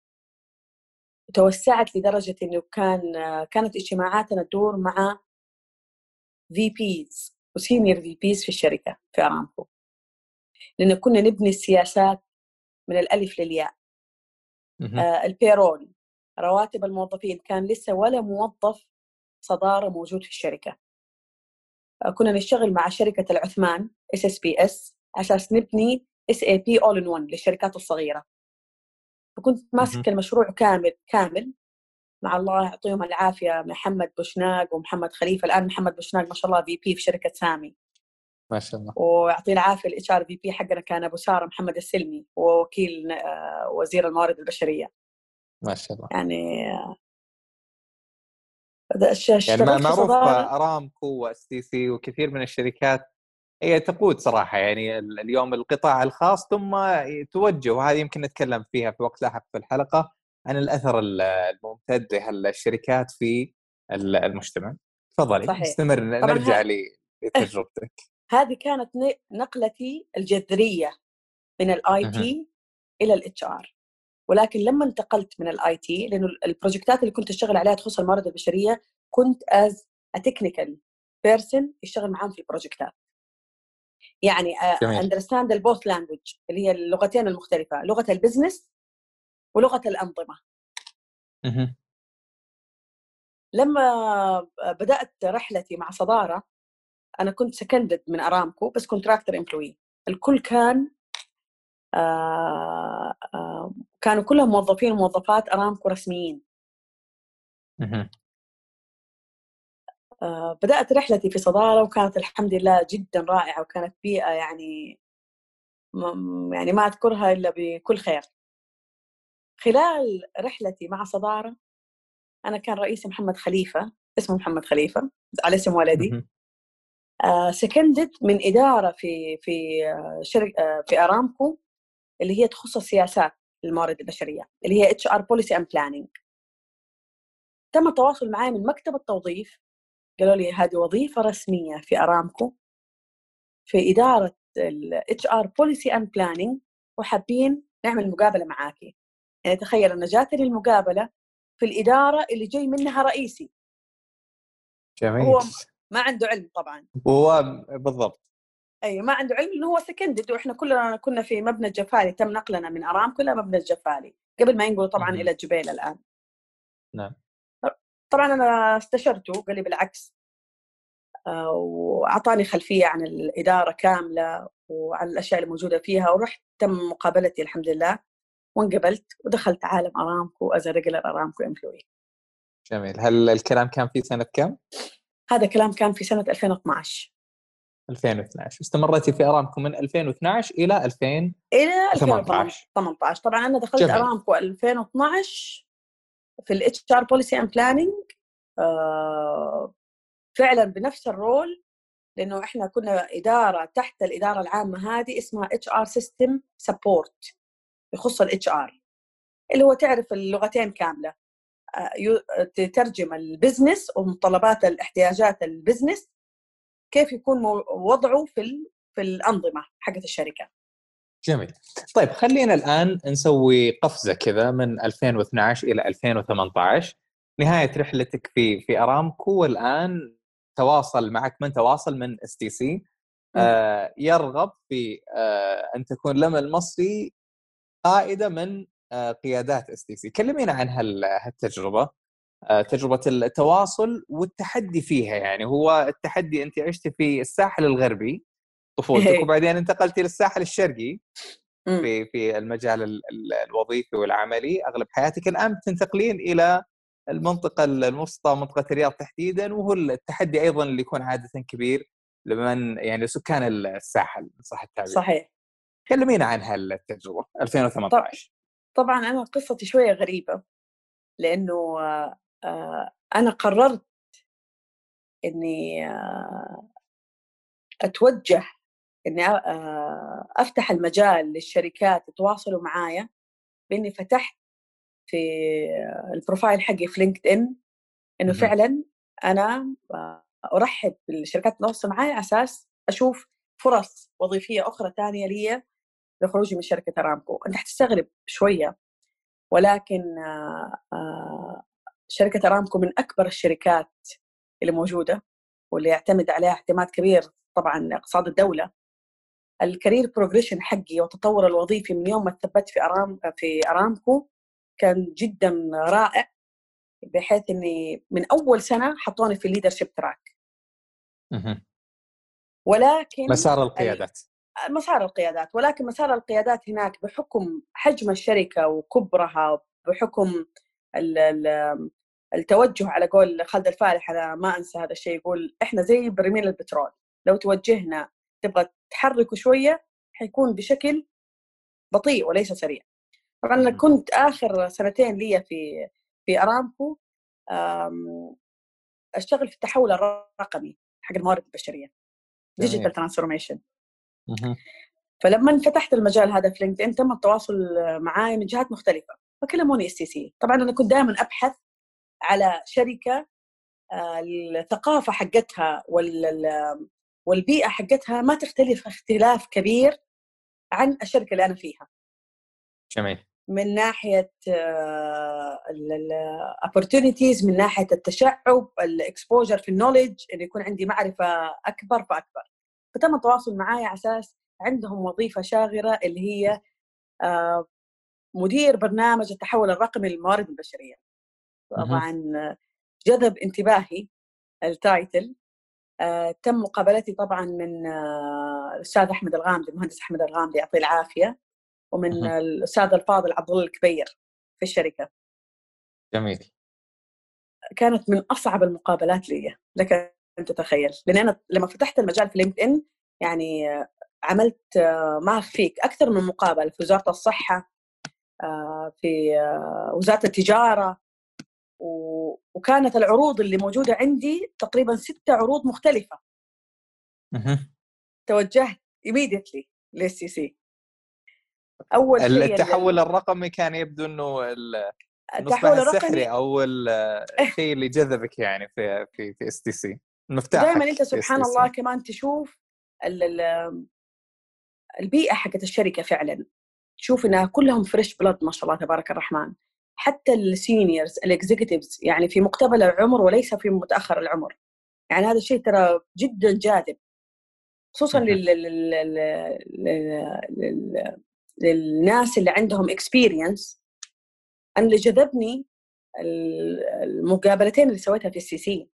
وتوسعت لدرجة إنه كان كانت اجتماعاتنا تدور مع في بيز وسينيور في بيز في الشركة في أرامكو، لأن كنا نبني السياسات من الألف للياء. آه البيرول، رواتب الموظفين، كان لسه ولا موظف صدارة موجود في الشركة. آه كنا نشتغل مع شركة العثمان اس اس بي اس أساس نبني اس اي بي all in one للشركات الصغيرة. فكنت ماسك المشروع كامل كامل مع الله يعطيهم العافية محمد بوشناق ومحمد خليفة. الآن محمد بوشناق ما شاء الله في بي في شركة سامي ما شاء الله، ويعطيه العافية. الاتش ار في بي حقنا كان أبو سارة محمد السلمي، ووكيل وزير الموارد البشرية. ما شاء الله. يعني يعني اشتغلت في معروف صدارة. أرامكو واس تي سي وكثير من الشركات هي تقود صراحة يعني اليوم القطاع الخاص ثم توجه، وهذه يمكن نتكلم فيها في وقت لاحق في الحلقة عن الأثر الممتد للشركات في المجتمع. تفضلي صحيح. نستمر، طبعا نرجع ها... لتجربتك. هذه كانت نقلتي الجذرية من الاي تي الى الاتش ار. ولكن لما انتقلت من الاي تي، لانه البروجكتات اللي كنت اشتغل عليها تخص الموارد البشريه، كنت از تكنيكال بيرسون يشتغل معاهم في البروجكتات. يعني اندرستاند البوث لانجويج اللي هي اللغتين المختلفه، لغه البزنس ولغه الانظمه. لما بدات رحلتي مع صداره، انا كنت سكندد من ارامكو بس كونتراكتور امبلوي. الكل كان آه آه كانوا كلهم موظفين وموظفات ارامكو رسميين. آه بدأت رحلتي في صدارة، وكانت الحمد لله جدا رائعة، وكانت بيئة يعني يعني ما أذكرها إلا بكل خير. خلال رحلتي مع صدارة أنا كان رئيسي محمد خليفة، اسمه محمد خليفة على اسم ولدي. آه سكندد من إدارة في في آه شركة آه في أرامكو اللي هي تخص السياسات الموارد البشرية، اللي هي اتش ار بوليسي اند بلاننج. تم التواصل معي من مكتب التوظيف، قالوا لي هذه وظيفة رسمية في أرامكو في إدارة ال إتش آر Policy and Planning، وحابين نعمل مقابلة معاكي. يعني تخيل أنا جاتني المقابلة في الإدارة اللي جاي منها رئيسي. جميل. هو ما عنده علم طبعا. هو بالضبط. أي ما عنده علم إنه هو سكندد، وإحنا كلنا كنا في مبنى الجفالي، تم نقلنا من أرامكو إلى مبنى الجفالي قبل ما ينقلوا طبعا إلى الجبيل الآن. نعم. طبعا أنا استشرته، قال لي بالعكس، وأعطاني خلفية عن الإدارة كاملة وعن الأشياء اللي موجودة فيها، ورحت تم مقابلتي الحمد لله وانقبلت ودخلت عالم أرامكو as a regular أرامكو employee. جميل. هل الكلام كان في سنة كم؟ هذا كلام كان في سنة ألفين واثناشر. ألفين واثناشر. استمرتي في أرامكو من ألفين واثناشر إلى ألفين إلى وثمانية عشر. ألفين وثمانية عشر. طبعا أنا دخلت جميل. أرامكو ألفين واثناشر في ال إتش آر Policy and Planning، آه فعلا بنفس الرول، لأنه إحنا كنا إدارة تحت الإدارة العامة هذه اسمها إتش آر System Support، يخص ال إتش آر اللي هو تعرف اللغتين كاملة، تترجم البزنس ومتطلبات الاحتياجات البزنس كيف يكون وضعه في في الأنظمة حقت الشركة. جميل. طيب خلينا الآن نسوي قفزة كذا من ألفين واثناشر إلى ألفين وثمانية عشر، نهاية رحلتك في في أرامكو، والآن تواصل معك من تواصل من اس تي سي آه يرغب في آه أن تكون لما المصري قائدة من آه قيادات اس تي سي. كلمينا عن هالتجربة، آه تجربة التواصل والتحدي فيها. يعني هو التحدي، أنت عشت في الساحل الغربي طفولتك وبعدين انتقلتي للساحل الشرقي في في المجال الوظيفي والعملي اغلب حياتك. الان تنتقلين الى المنطقه الوسطى، منطقه الرياض تحديدا، وهو التحدي ايضا اللي يكون عاده كبير لمن يعني سكان الساحل صح التعبير. صحيح. كلمينا عن هالتجربه ألفين وثمانية عشر. طبعا انا قصتي شويه غريبه، لانه انا قررت اني اتوجه اني افتح المجال للشركات يتواصلوا معايا، باني فتحت في البروفايل حقي في لينكد ان انه فعلا أنا أرحب بالشركات المتواصلة معي على أساس أشوف فرص وظيفية أخرى ثانية لي لخروجي من شركة أرامكو. أنت حتستغرب شوية، ولكن شركة أرامكو من أكبر الشركات اللي موجودة واللي يعتمد عليها اعتماد كبير طبعا اقتصاد الدولة. الكارير بروجريشن حقي والتطور الوظيفي من يوم ما ثبت في أرام في أرامكو كان جدا رائع، بحيث اني من اول سنه حطوني في الليدرشيب تراك. ولكن مسار القيادات مسار القيادات ولكن مسار القيادات هناك بحكم حجم الشركه وكبرها، بحكم التوجه، على قول خالد الفالح انا ما انسى هذا الشيء، يقول احنا زي برميل البترول، لو توجهنا تبغى تحركه شويه حيكون بشكل بطيء وليس سريع. طبعا انا كنت اخر سنتين لي في في ارامكو اشتغل في التحول الرقمي حق الموارد البشريه، ديجيتال ترانسفورميشن. فلما فتحت المجال هذا في لينكدين تم التواصل معاي من جهات مختلفه، فكلموني اس تي سي. طبعا انا كنت دائما ابحث على شركه الثقافه حقتها والبيئه حقتها ما تختلف اختلاف كبير عن الشركه اللي انا فيها. جميل. من ناحيه الopportunities، من ناحيه التشعب، الاكسبوجر في النوليدج، ان يكون عندي معرفه اكبر فاكبر. فتم التواصل معي على اساس عندهم وظيفه شاغره اللي هي مدير برنامج التحول الرقمي للموارد البشريه. طبعا جذب انتباهي التايتل. تم مقابلتي طبعا من الاستاذ احمد الغامدي، المهندس احمد الغامدي يعطيه العافيه، ومن أه. الأستاذ الفاضل عبد الله الكبير في الشركة. جميل. كانت من أصعب المقابلات لي، لك أن تتخيل، لأن أنا لما فتحت المجال في لينكد إن يعني عملت ما فيك أكثر من مقابلة في وزارة الصحة، في وزارة التجارة، وكانت العروض اللي موجودة عندي تقريبا ستة عروض مختلفة. أه. توجهت immediately للسي سي سي. أول شيء التحول الرقمي كان يبدو أنه التحول السحري أو الشيء اللي جذبك يعني في في في اس تي سي، المفتاح. دائما أنت سبحان الله كمان تشوف البيئة حقت الشركة فعلا، تشوف إنها كلهم فريش بلاد ما شاء الله تبارك الرحمن، حتى السينيورز الإكزيكتيفز يعني في مقتبل العمر وليس في متأخر العمر. يعني هذا الشيء ترى جدا جاذب، خصوصا لل... لل... لل... لل... للناس اللي عندهم experience. أنا اللي جذبني المقابلتين اللي سويتها في السي سي،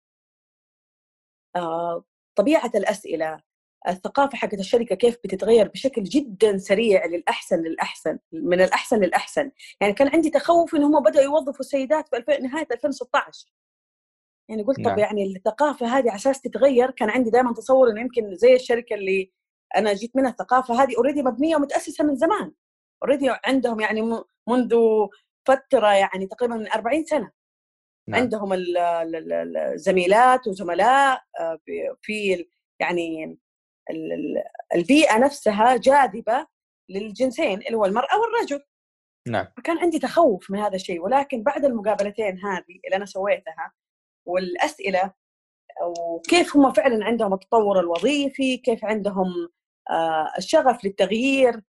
آه، طبيعة الأسئلة، الثقافة حقت الشركة كيف بتتغير بشكل جدا سريع للأحسن للأحسن من الأحسن للأحسن. يعني كان عندي تخوف إن هم بدأوا يوظفوا السيدات في الف... نهاية ألفين وستة عشر. يعني قلت نعم. طب يعني الثقافة هذه على أساس تتغير، كان عندي دائما تصور إنه يمكن زي الشركة اللي أنا جيت منها الثقافة هذه أوريدي مبنية ومتأسسة من زمان، أوريدي عندهم يعني منذ فترة يعني تقريبا أربعين سنة. نعم. عندهم الزميلات وزملاء في يعني البيئة نفسها جاذبة للجنسين اللي هو المرأة والرجل. نعم. فكان عندي تخوف من هذا الشيء، ولكن بعد المقابلتين هذه اللي أنا سويتها والأسئلة وكيف هم فعلا عندهم التطور الوظيفي، كيف عندهم الشغف للتغيير،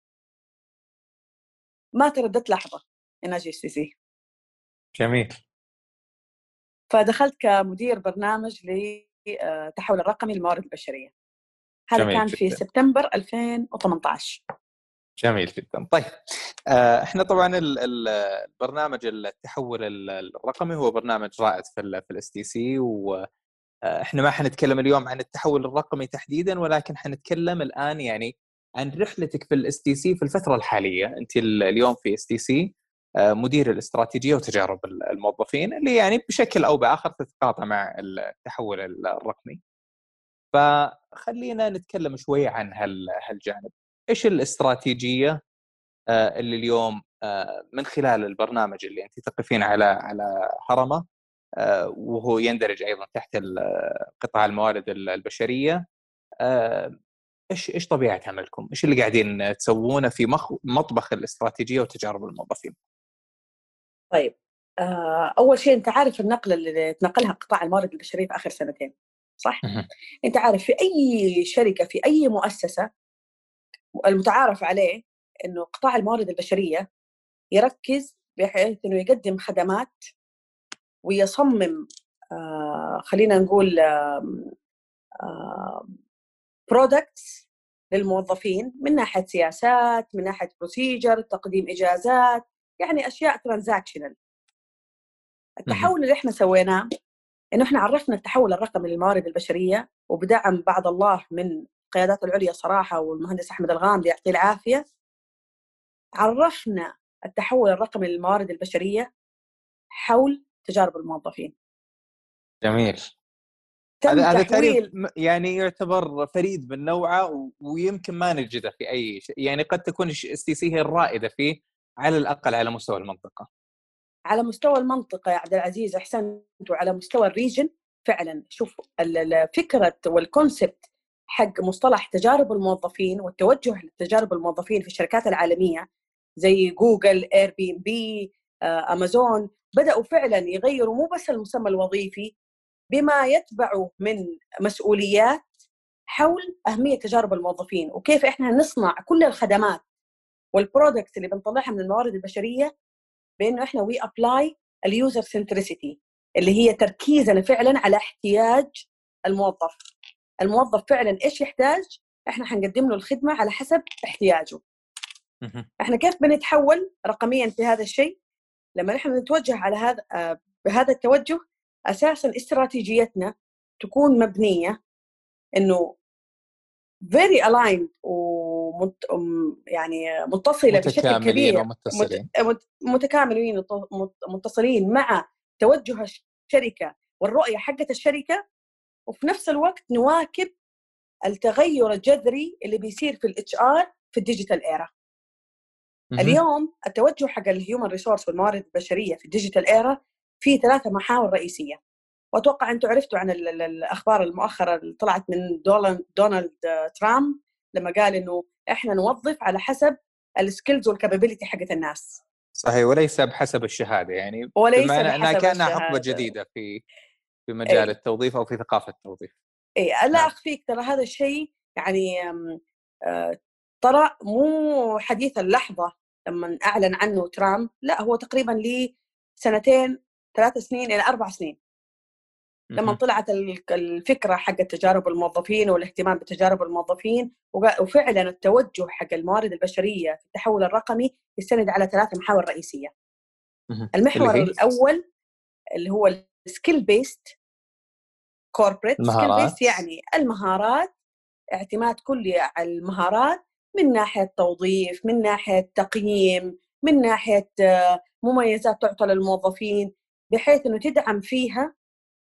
ما ترددت لحظة إن أجي سي سي. جميل. فدخلت كمدير برنامج للتحول الرقمي للموارد البشرية. هذا كان جداً. في سبتمبر ألفين وثمانية عشر. جميل جدا. طيب احنا طبعا البرنامج التحول الرقمي هو برنامج رائد في في الاس تي سي، واحنا ما حنتكلم اليوم عن التحول الرقمي تحديدا، ولكن حنتكلم الان يعني عن رحلتك في الاس تي سي في الفتره الحاليه. انت اليوم في اس تي سي مدير الاستراتيجيه وتجارب الموظفين، اللي يعني بشكل او باخر تتقاطع مع التحول الرقمي. فخلينا نتكلم شوي عن هالجانب. ايش الاستراتيجية اللي اليوم من خلال البرنامج اللي انت تقفين على على هرمه، وهو يندرج ايضا تحت قطاع الموارد البشرية، ايش ايش طبيعة عملكم؟ ايش اللي قاعدين تسوونه في مطبخ الاستراتيجية وتجارب الموظفين؟ طيب آه، أول شيء أنت عارف النقلة اللي تنقلها قطاع الموارد البشرية في آخر سنتين، صح؟ أنت عارف في أي شركة، في أي مؤسسة، المتعارف عليه إنه قطاع الموارد البشرية يركز بحيث إنه يقدم خدمات ويصمم آه خلينا نقول برودكتس آه للموظفين، من ناحية سياسات، من ناحية بروسيجر، تقديم إجازات، يعني أشياء ترانزاكشنال. التحول اللي احنا سويناه إنه احنا عرفنا التحول الرقمي للموارد البشرية، وبدعم بعد الله من القيادات العليا صراحة، والمهندس أحمد الغامدي يعطيه العافية، عرفنا التحول الرقمي للموارد البشرية حول تجارب الموظفين. جميل. تم هذا هذا تعريف تحويل يعني يعتبر فريد من نوعه، ويمكن ما نجده في أي شيء، يعني قد تكون اس تي سي هي الرائدة فيه على الأقل على مستوى المنطقة. على مستوى المنطقة يا عبد العزيز أحسنت، وعلى مستوى الريجن فعلا. شوف الفكرة والكونسبت حق مصطلح تجارب الموظفين والتوجه لتجارب الموظفين في الشركات العالمية زي جوجل، اير بي ام بي، امازون، بدأوا فعلا يغيروا مو بس المسمى الوظيفي بما يتبعه من مسؤوليات حول أهمية تجارب الموظفين، وكيف إحنا نصنع كل الخدمات والبرودكتس اللي بنطلعها من الموارد البشرية بأنه إحنا وي أبلاي اليوزر سنتريسيتي، اللي هي تركيزنا فعلا على احتياج الموظف. الموظف فعلا إيش يحتاج، إحنا حنقدم له الخدمة على حسب احتياجه. إحنا كيف بنتحول رقميا في هذا الشيء؟ لما نحن نتوجه على هذا بهذا التوجه، أساسا استراتيجيتنا تكون مبنية إنه very aligned ومت يعني متصلة بشكل متكاملين كبير، ومتصلين. مت متكاملين متصلين مع توجه الشركة والرؤية حقة الشركة، وفي نفس الوقت نواكب التغير الجذري اللي بيصير في الاتش ار في الديجيتال ايرا. اليوم التوجه حق الهيومن ريسورس والموارد البشرية في الديجيتال ايرا في ثلاثة محاور رئيسية، وأتوقع أنتم عرفتوا عن الأخبار المؤخرة اللي طلعت من دونالد ترامب لما قال إنه إحنا نوظف على حسب السكيلز والكابابيلتي حقت الناس، صحيح، وليس بحسب الشهادة، يعني وليس بمعنى أنها بحسب كانها حقبة الشهادة. جديدة في في مجال أي. التوظيف أو في ثقافة التوظيف. أي لا نعم. أخفيك، ترى هذا الشيء يعني ترى مو حديث اللحظة لما أعلن عنه ترامب، لا هو تقريبا لي سنتين، ثلاث سنين إلى أربع سنين لما طلعت الفكرة حق تجارب الموظفين والاهتمام بتجارب الموظفين، وفعلا التوجه حق الموارد البشرية في التحول الرقمي يستند على ثلاث محاور رئيسية. المحور الأول اللي هو السكيل بيست كوربريت. سكيل بيست يعني المهارات، اعتماد كلي على المهارات من ناحية توظيف، من ناحية تقييم، من ناحية مميزات تعطى للموظفين، بحيث أنه تدعم فيها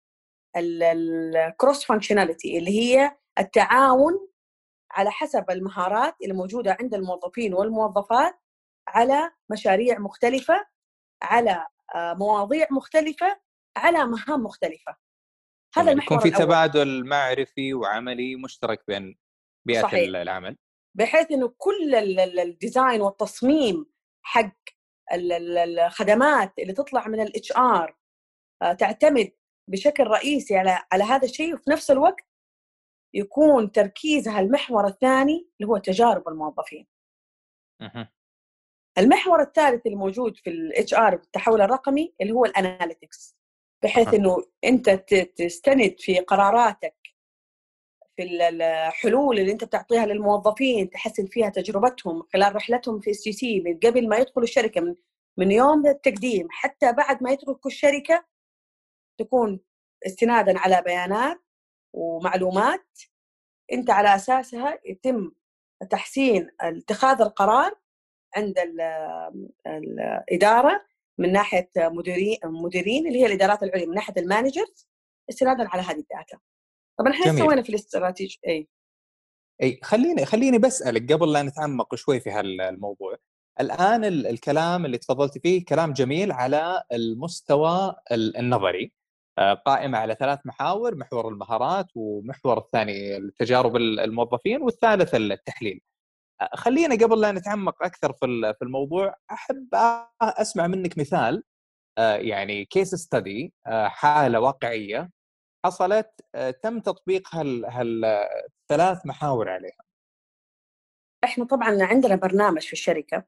الكروس فانكشناليتي اللي هي التعاون على حسب المهارات اللي موجودة عند الموظفين والموظفات على مشاريع مختلفة، على مواضيع مختلفة، على مهام مختلفة. هذا المحور يكون في الأول، تبادل معرفي وعملي مشترك بين بيئة صحيح. العمل، بحيث إنه كل الديزاين والتصميم حق الخدمات اللي تطلع من الاتش ار تعتمد بشكل رئيسي على على هذا الشيء، وفي نفس الوقت يكون تركيزها المحور الثاني اللي هو تجارب الموظفين. أه. المحور الثالث اللي موجود في الاتش ار بالتحول الرقمي اللي هو الاناليتكس، بحيث أه. انه انت تستند في قراراتك في الحلول اللي انت بتعطيها للموظفين، تحسن فيها تجربتهم خلال رحلتهم في اس تي سي من قبل ما يدخلوا الشركه، من من يوم التقديم حتى بعد ما يتركوا الشركه، تكون استنادا على بيانات ومعلومات انت على اساسها يتم تحسين اتخاذ القرار عند الاداره من ناحيه مديرين مديرين اللي هي الادارات العليا، من ناحيه المانجرز، استنادا على هذه الداتا. طبعا احنا سوينا في الاستراتيجي. اي اي خليني خليني بسالك قبل لا نتعمق شوي في هالموضوع. الان الكلام اللي تفضلت فيه كلام جميل على المستوى النظري، قائمه على ثلاث محاور: محور المهارات، ومحور الثاني تجارب الموظفين، والثالث التحليل. خلينا قبل لا نتعمق اكثر في في الموضوع، احب اسمع منك مثال يعني كيس ستدي، حالة واقعية حصلت، تم تطبيق هال هالثلاث محاور عليها. احنا طبعا عندنا برنامج في الشركة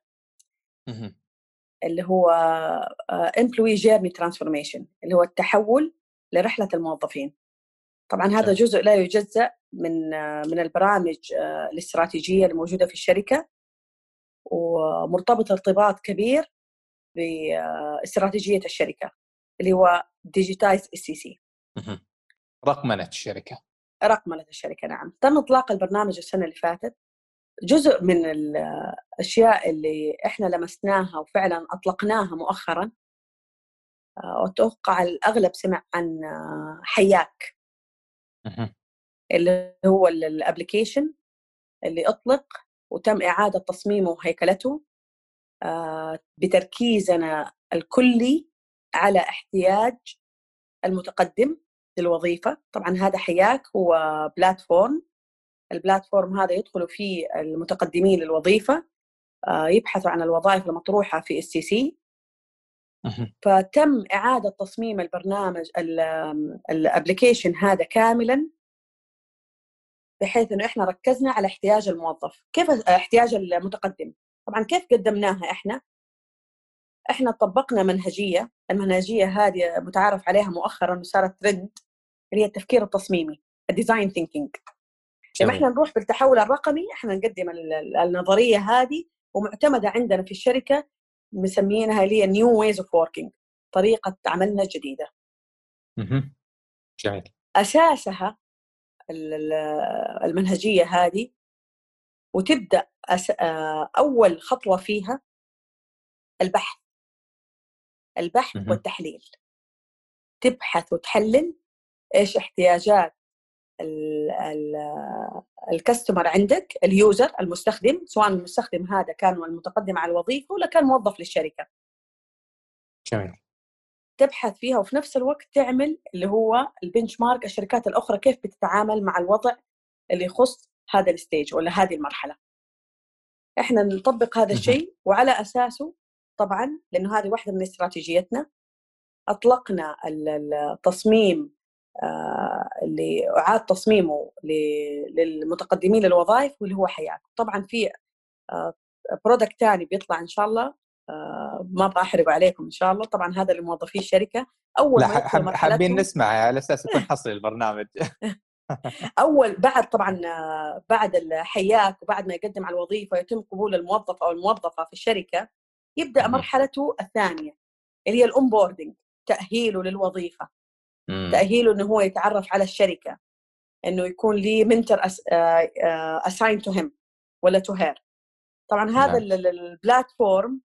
اللي هو Employee Journey Transformation، اللي هو التحول لرحلة الموظفين. طبعا هذا جزء لا يجزأ من من البرامج الاستراتيجية الموجودة في الشركة، ومرتبط ارتباط كبير باستراتيجية الشركة اللي هو Digitize إس سي سي، رقمنة الشركة. رقمنة الشركة، نعم. تم إطلاق البرنامج السنة اللي فاتت. جزء من الأشياء اللي إحنا لمسناها وفعلا أطلقناها مؤخرا، وأتوقع الأغلب سمع عن حياك، اللي هو الابليكيشن اللي أطلق وتم إعادة تصميمه وهيكلته بتركيزنا الكلي على احتياج المتقدم للوظيفة. طبعا هذا حياك هو بلاتفورم، البلاتفورم هذا يدخل فيه المتقدمين للوظيفة يبحثوا عن الوظائف المطروحة في إس سي سي. فتم إعادة تصميم البرنامج الابليكيشن هذا كاملا، بحيث إنه إحنا ركزنا على احتياج الموظف، كيف احتياج المتقدم. طبعا كيف قدمناها إحنا؟ إحنا طبقنا منهجية، المنهجية هذه متعارف عليها مؤخرا وصارت ترند، اللي هي التفكير التصميمي، الديزاين ثينكينج. لما إحنا نروح بالتحول الرقمي إحنا نقدم النظرية هذه، ومعتمدة عندنا في الشركة، مسمينها اللي هي نيو ويز اوف وركينج، طريقة عملنا الجديدة. جميل. أساسها المنهجية هذه، وتبدأ أول خطوة فيها البحث البحث مه. والتحليل. تبحث وتحلل إيش احتياجات الكاستمر عندك، اليوزر، المستخدم، سواء المستخدم هذا كان المتقدم على الوظيفة ولا كان موظف للشركة. جميل. تبحث فيها وفي نفس الوقت تعمل اللي هو البنش مارك، الشركات الأخرى كيف بتتعامل مع الوضع اللي يخص هذا الستيج ولا هذه المرحلة. إحنا نطبق هذا الشيء، وعلى أساسه طبعا لأنه هذه واحدة من استراتيجيتنا أطلقنا التصميم اللي أعاد تصميمه للمتقدمين للوظائف، واللي هو حياك. طبعا في برودكت ثاني بيطلع إن شاء الله، ما أبغى أحرق عليكم إن شاء الله. طبعا هذا لموظفي الشركة أول ما يدخلوا مرحلتهم. حابين نسمع على أساس يكون حصري البرنامج. أول بعد طبعا بعد الحياك وبعد ما يقدم على الوظيفة يتم قبول الموظف أو الموظفة في الشركة، يبدأ مرحلته الثانية اللي هي الأونبوردينج، تأهيله للوظيفة، مم. تأهيله إنه هو يتعرف على الشركة، إنه يكون لي منتر أساين تو هيم ولا تو هير. طبعا هذا البلاتفورم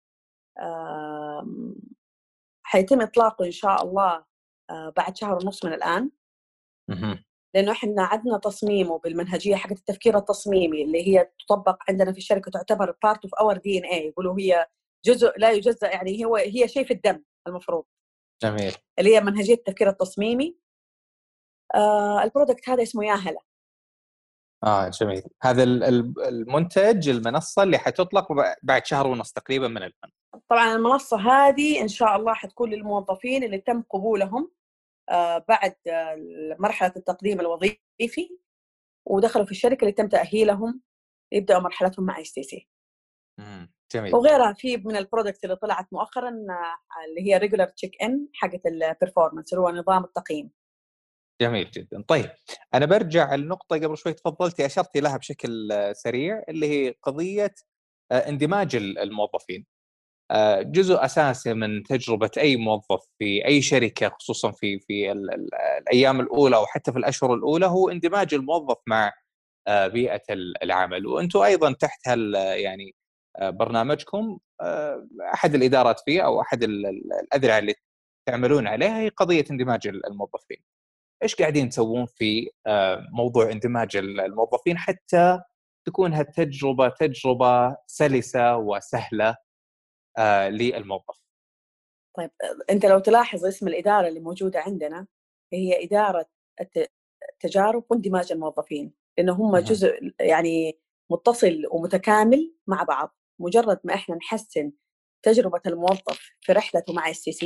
حيتم إطلاقه إن شاء الله بعد شهر ونص من الآن، مم. لأنه إحنا عندنا تصميمه بالمنهجية حقت التفكير التصميمي اللي هي تطبق عندنا في الشركة، تعتبر part of our دي إن إيه، يقولوا هي جزء لا يجزأ، يعني هو هي شيء في الدم المفروض. جميل. اللي هي منهجية التفكير التصميمي. آه البرودكت هذا اسمه يا هلا. آه جميل. هذا المنتج، المنصة اللي حتطلق بعد شهر ونص تقريبا من الآن. طبعا المنصة هذه إن شاء الله حتكون للموظفين اللي تم قبولهم آه بعد آه مرحلة التقديم الوظيفي ودخلوا في الشركة اللي تم تأهيلهم يبدأوا مرحلتهم مع إس تي سي. جميل. وغيرها في من البرودكتس اللي طلعت مؤخرا اللي هي ريجولار تشيك ان حقت البرفورمانس، اللي هو نظام التقييم. جميل جدا. طيب انا برجع النقطه قبل شوي تفضلتي اشرتي لها بشكل سريع، اللي هي قضيه اندماج الموظفين. جزء اساسي من تجربه اي موظف في اي شركه، خصوصا في في الايام الاولى او حتى في الاشهر الاولى، هو اندماج الموظف مع بيئه العمل. وانتم ايضا تحت هال يعني برنامجكم احد الادارات فيه او احد الاذرع اللي تعملون عليها هي قضيه اندماج الموظفين. ايش قاعدين تسوون في موضوع اندماج الموظفين حتى تكون هالتجربه تجربه سلسه وسهله للموظف؟ طيب انت لو تلاحظ اسم الاداره اللي موجوده عندنا هي اداره التجارب واندماج الموظفين، لانه هم جزء يعني متصل ومتكامل مع بعض. مجرد ما احنا نحسن تجربه الموظف في رحلته مع إس تي سي،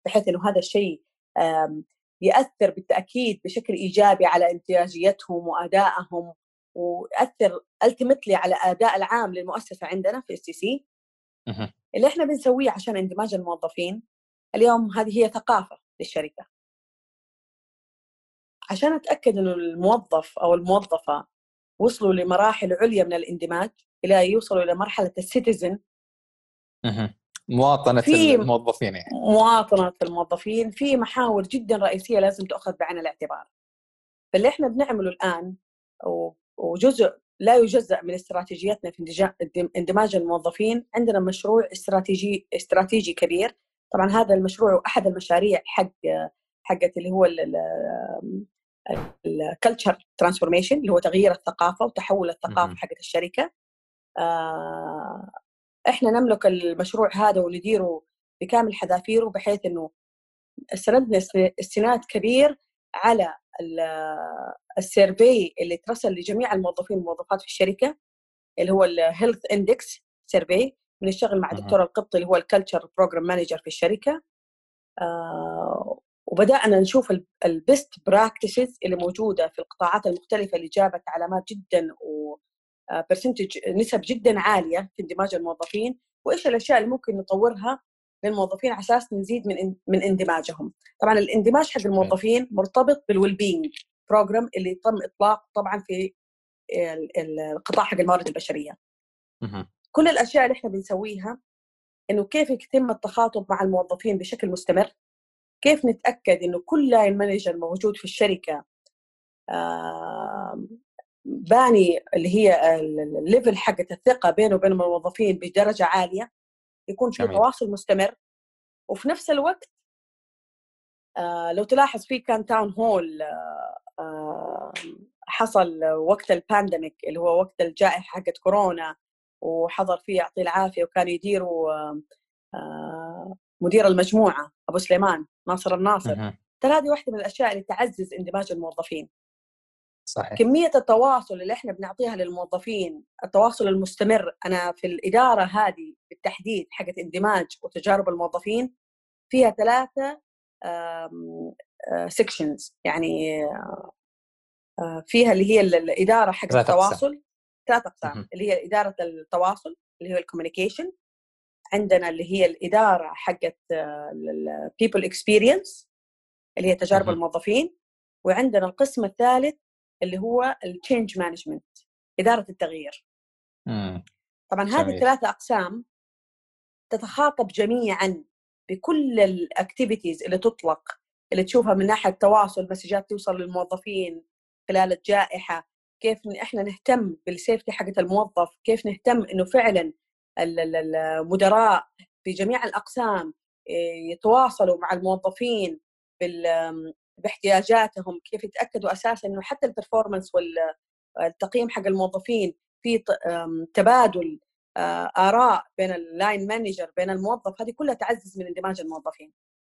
بحيث إنه هذا الشيء يأثر بالتأكيد بشكل إيجابي على إنتاجيتهم وأدائهم، ويأثر ultimately على أداء العام للمؤسسة عندنا في إس تي سي. اللي إحنا بنسويه عشان اندماج الموظفين اليوم، هذه هي ثقافة للشركة، عشان أتأكد إنه الموظف أو الموظفة وصلوا لمراحل عليا من الاندماج إلى يوصلوا إلى مرحلة السيتيزن، مواطنة الموظفين. يعني مواطنة الموظفين في محاور جدا رئيسية لازم تأخذ بعين الاعتبار. فاللي إحنا بنعمله الآن وجزء لا يجزأ من استراتيجيتنا في اندماج الموظفين، عندنا مشروع استراتيجي استراتيجي كبير. طبعا هذا المشروع أحد المشاريع حق حقت اللي هو الكالتشر ترانسفورميشن، اللي هو تغيير الثقافة وتحول الثقافة حقت الشركة. إحنا نملك المشروع هذا ونديره بكامل حذافيره، بحيث إنه استندنا استناد كبير على السيرفي اللي ترسل لجميع الموظفين والموظفات في الشركة، اللي هو الهيلث اندكس سيرفي. بنشتغل مع دكتور القبطي اللي هو الكالتشر بروجرام مانجر في الشركة، آه وبدأنا نشوف البيست براكتسز اللي موجودة في القطاعات المختلفة اللي جابت علامات جدا و برسنتج نسب جدا عالية في اندماج الموظفين، وإيش الأشياء اللي ممكن نطورها للموظفين على أساس نزيد من من اندماجهم. طبعا الاندماج حق الموظفين مرتبط بالويلبينج بروجرام اللي تم إطلاق طبعا في القطاع حق الموارد البشرية. كل الأشياء اللي إحنا بنسويها إنه كيف يتم التخاطب مع الموظفين بشكل مستمر، كيف نتأكد إنه كل لاين مانجر موجود في الشركة باني اللي هي الليفل حقة الثقة بينه وبين الموظفين بدرجة عالية، يكون في جميل. تواصل مستمر. وفي نفس الوقت آه لو تلاحظ فيه كان تاون هول آه حصل وقت البانديميك اللي هو وقت الجائحة حقت كورونا، وحضر فيه يعطيه العافية، وكان يديروا آه آه مدير المجموعة أبو سليمان ناصر الناصر. ترى هذه واحدة من الأشياء اللي تعزز اندماج الموظفين. صحيح. كمية التواصل اللي احنا بنعطيها للموظفين، التواصل المستمر. أنا في الإدارة هذه بالتحديد حقت اندماج وتجارب الموظفين فيها ثلاثة سيكشنز، يعني فيها اللي هي الإدارة حقت التواصل، ثلاث أقسام، اللي هي إدارة التواصل اللي هي الكوميونيكيشن، عندنا اللي هي الإدارة حقت البيبل اكسبيرينس اللي هي تجارب الموظفين، وعندنا القسم الثالث اللي هو التشينج مانجمنت، إدارة التغيير. مم. طبعا هذه الثلاثة أقسام تتخاطب جميعا بكل الأكتيفيتيز اللي تطلق، اللي تشوفها من ناحية التواصل، مسجات توصل للموظفين خلال الجائحة، كيف إحنا نهتم بالسيفتي حقة الموظف، كيف نهتم إنه فعلا المدراء في جميع الأقسام يتواصلوا مع الموظفين باحتياجاتهم، كيف يتأكدوا أساساً إنه حتى البرفورمانس والتقييم حق الموظفين في تبادل آراء بين اللاين مانجر بين الموظف. هذه كلها تعزز من اندماج الموظفين،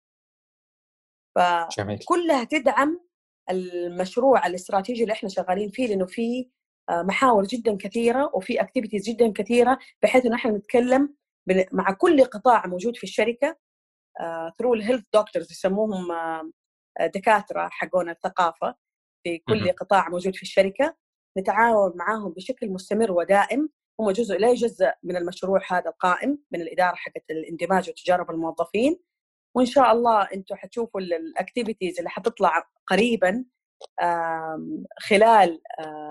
فكلها تدعم المشروع الاستراتيجي اللي احنا شغالين فيه، لأنه فيه محاور جدا كثيرة وفي اكتيفيتيز جدا كثيرة، بحيث إنه احنا نتكلم مع كل قطاع موجود في الشركة ثرو الهيلث دكتورز، يسموهم دكاترة حقون الثقافة في كل قطاع موجود في الشركة. نتعاون معاهم بشكل مستمر ودائم، هم جزء لا يجزأ من المشروع هذا القائم من الإدارة حقت الاندماج وتجارب الموظفين. وإن شاء الله أنتم حتشوفوا الأكتيفيتيز اللي حتطلع قريبا خلال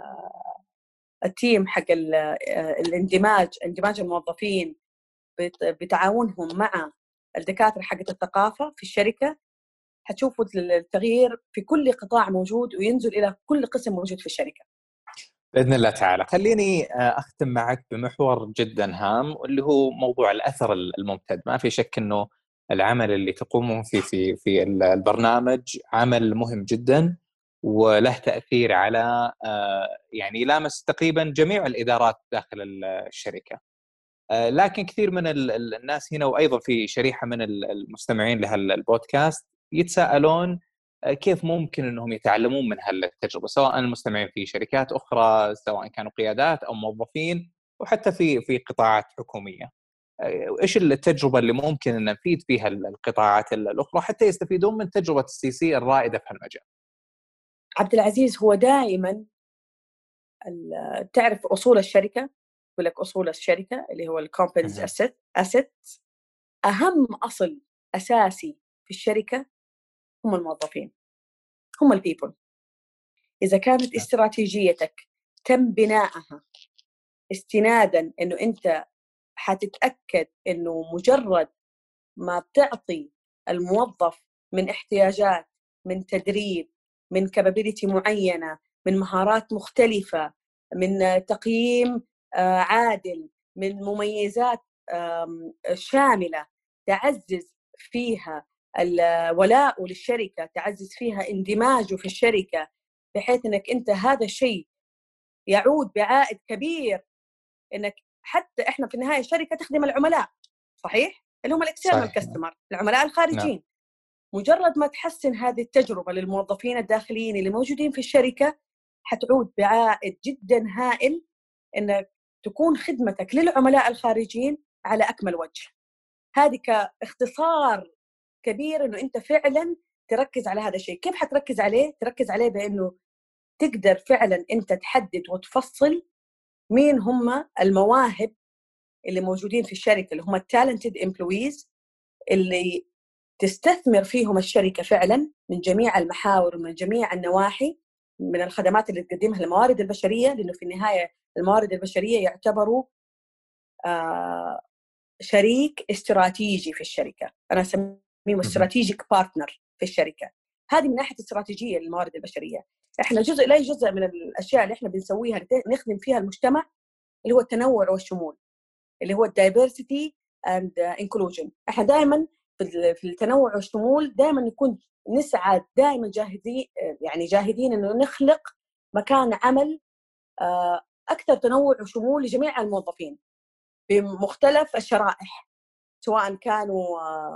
التيم حق الاندماج اندماج الموظفين بتعاونهم مع الدكاترة حقت الثقافة في الشركة. حتشوفوا التغيير في كل قطاع موجود وينزل إلى كل قسم موجود في الشركة بإذن الله تعالى. خليني أختم معك بمحور جدا هام، واللي هو موضوع الأثر الممتد. ما في شك أنه العمل اللي تقومون فيه في في البرنامج عمل مهم جدا، وله تأثير على يعني يلامس تقريبا جميع الإدارات داخل الشركة. لكن كثير من الناس هنا، وأيضا في شريحة من المستمعين لهالبودكاست، يتساءلون كيف ممكن أنهم يتعلمون من هالتجربة، سواء المستمعين في شركات أخرى، سواء كانوا قيادات أو موظفين، وحتى في في قطاعات حكومية. ايش التجربه اللي ممكن ان نفيد فيها القطاعات الاخرى حتى يستفيدون من تجربه السي سي الرائده في هالمجال؟ عبد العزيز، هو دائما تعرف اصول الشركه، يقول لك اصول الشركه اللي هو الكومبانيز اسيت اسيت اهم اصل اساسي في الشركه هم الموظفين، هم البيبل. اذا كانت استراتيجيتك تم بنائها استنادا انه انت حتتاكد انه مجرد ما بتعطي الموظف من احتياجات، من تدريب، من كابابيلتي معينه، من مهارات مختلفه، من تقييم عادل، من مميزات شامله تعزز فيها الولاء للشركه، تعزز فيها اندماجه في الشركه، بحيث انك انت هذا الشيء يعود بعائد كبير، انك حتى احنا في النهايه شركه تخدم العملاء، صحيح؟ اللي هم الاكسترنال كاستمر، العملاء الخارجيين. نعم. مجرد ما تحسن هذه التجربه للموظفين الداخليين اللي موجودين في الشركه، حتعود بعائد جدا هائل انك تكون خدمتك للعملاء الخارجيين على اكمل وجه. هذه كاختصار كبير انه انت فعلا تركز على هذا الشيء. كيف حتركز عليه؟ تركز عليه بانه تقدر فعلا انت تحدد وتفصل مين هم المواهب اللي موجودين في الشركه، اللي هم التالنتد امبلويز، اللي تستثمر فيهم الشركه فعلا من جميع المحاور ومن جميع النواحي من الخدمات اللي تقدمها الموارد البشريه، لانه في النهايه الموارد البشريه يعتبروا آه شريك استراتيجي في الشركه. انا اسميه استراتيجيك بارتنر في الشركه. هذه من ناحيه استراتيجيه للموارد البشريه. احنا جزء لا جزء من الاشياء اللي احنا بنسويها نخدم فيها المجتمع اللي هو التنوع والشمول، اللي هو الدايفرسيتي اند انكلوجن. احنا دائما في التنوع والشمول دائما نكون نسعى دائما جاهدين، يعني جاهدين انه نخلق مكان عمل اكثر تنوع وشمول لجميع الموظفين بمختلف الشرائح، سواء كانوا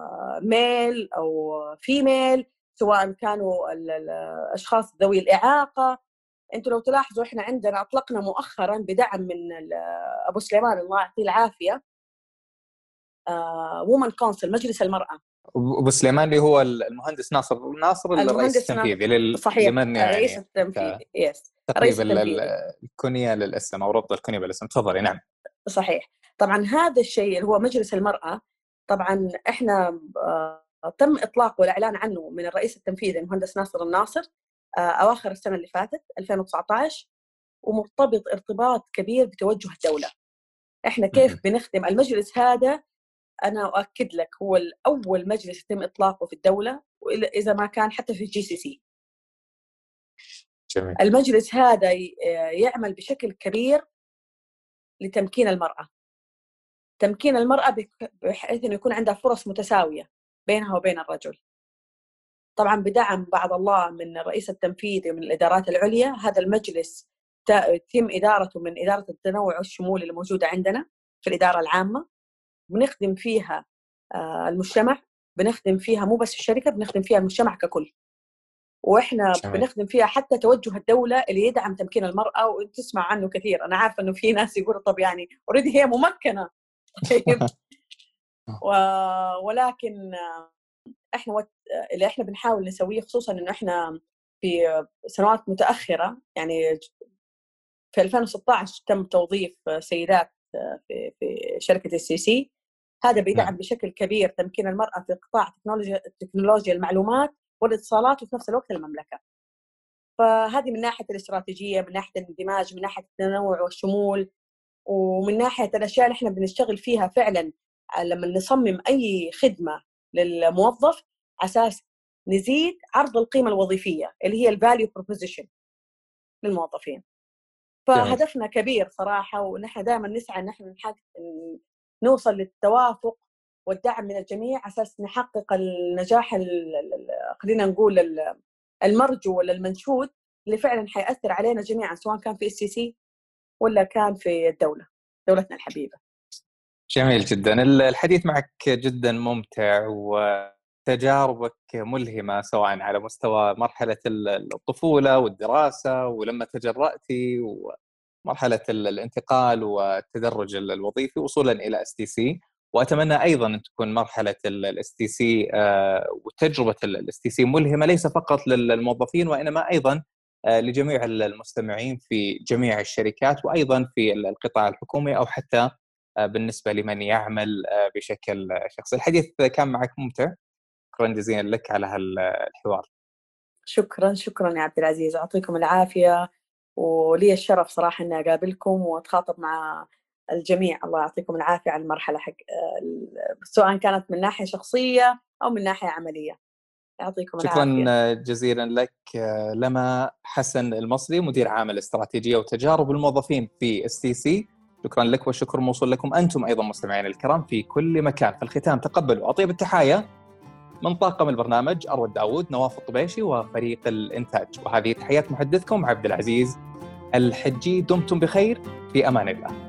ميل او فيميل، سواء كانوا الاشخاص ذوي الاعاقه. انتوا لو تلاحظوا احنا عندنا اطلقنا مؤخرا بدعم من ابو سليمان الله يعطيه العافيه وومن كونسل، مجلس المراه. ابو سليمان اللي هو المهندس ناصر ناصر الرئيس التنفيذي لل... صحيح لمن الرئيس يعني التنفيذي ك... يس تقريبا الكنيه للاسم او ربط الكنيه بالاسم. تفضلي. نعم صحيح. طبعا هذا الشيء اللي هو مجلس المراه، طبعا احنا تم اطلاقه والاعلان عنه من الرئيس التنفيذي المهندس ناصر الناصر اواخر السنه اللي فاتت ألفين وتسعة عشر، ومرتبط ارتباط كبير بتوجه الدوله. احنا كيف بنخدم المجلس هذا؟ انا اؤكد لك هو الاول مجلس يتم اطلاقه في الدوله، واذا ما كان حتى في الجي سي سي. جميل. المجلس هذا يعمل بشكل كبير لتمكين المراه، تمكين المراه بحيث انه يكون عندها فرص متساويه بينها وبين الرجل. طبعا بدعم بعد الله من الرئيس التنفيذي ومن الادارات العليا. هذا المجلس يتم ادارته من اداره التنوع والشمول اللي موجوده عندنا في الاداره العامه. بنخدم فيها المجتمع، بنخدم فيها مو بس الشركه، بنخدم فيها المجتمع ككل. واحنا جميل. بنخدم فيها حتى توجه الدوله اللي يدعم تمكين المراه، وتسمع عنه كثير. انا عارفه انه في ناس يقولوا طب يعني اوريدي هي ممكنه طيب و... ولكن احنا وت... اللي احنا بنحاول نسويه، خصوصا انه احنا في سنوات متاخره، يعني في ألفين وستة عشر تم توظيف سيدات في في شركه السي سي. هذا بيدعم نعم. بشكل كبير تمكين المراه في قطاع تكنولوجيا تكنولوجيا المعلومات والاتصالات، وفي نفس الوقت المملكه. فهذه من ناحيه الاستراتيجيه، من ناحيه الاندماج، من ناحيه التنوع والشمول، ومن ناحيه الاشياء اللي احنا بنشتغل فيها فعلا لما نصمم اي خدمه للموظف، اساس نزيد عرض القيمه الوظيفيه اللي هي الفاليو بروبوزيشن للموظفين. فهدفنا كبير صراحه، ونحن دائما نسعى ان احنا نحقق نوصل للتوافق والدعم من الجميع، اساس نحقق النجاح خلينا نقول المرجو ولا المنشود اللي فعلا حيأثر علينا جميعا، سواء كان في السي سي ولا كان في الدوله دولتنا الحبيبه. جميل جدا. الحديث معك جدا ممتع وتجاربك ملهمه، سواء على مستوى مرحله الطفوله والدراسه ولما تجرأتي، ومرحله الانتقال والتدرج الوظيفي وصولا الى اس تي سي، وأتمنى أيضا أن تكون مرحلة الاس تي سي وتجربة الاس تي سي ملهمة ليس فقط للموظفين وإنما أيضا لجميع المستمعين في جميع الشركات وأيضا في القطاع الحكومي أو حتى بالنسبة لمن يعمل بشكل شخصي. الحديث كان معك ممتع، شكرا جزيلا لك على هالحوار. شكرا شكرا يا عبد العزيز، أعطيكم العافية، ولي الشرف صراحة أني أقابلكم وأتخاطب مع الجميع. الله يعطيكم العافية على المرحلة حق سواء كانت من ناحية شخصية أو من ناحية عملية. يعطيكم شكرا العافية. جزيلا لك لما حسن المصري، مدير عام الاستراتيجية وتجارب الموظفين في اس تي سي. شكرا لك والشكر موصول لكم أنتم أيضا مستمعين الكرام في كل مكان. في الختام تقبلوا أطيب التحايا من طاقم البرنامج أروى داود، نواف الطبيشي وفريق الإنتاج، وهذه تحيات محدثكم عبد العزيز الحجي. دمتم بخير، في أمان الله.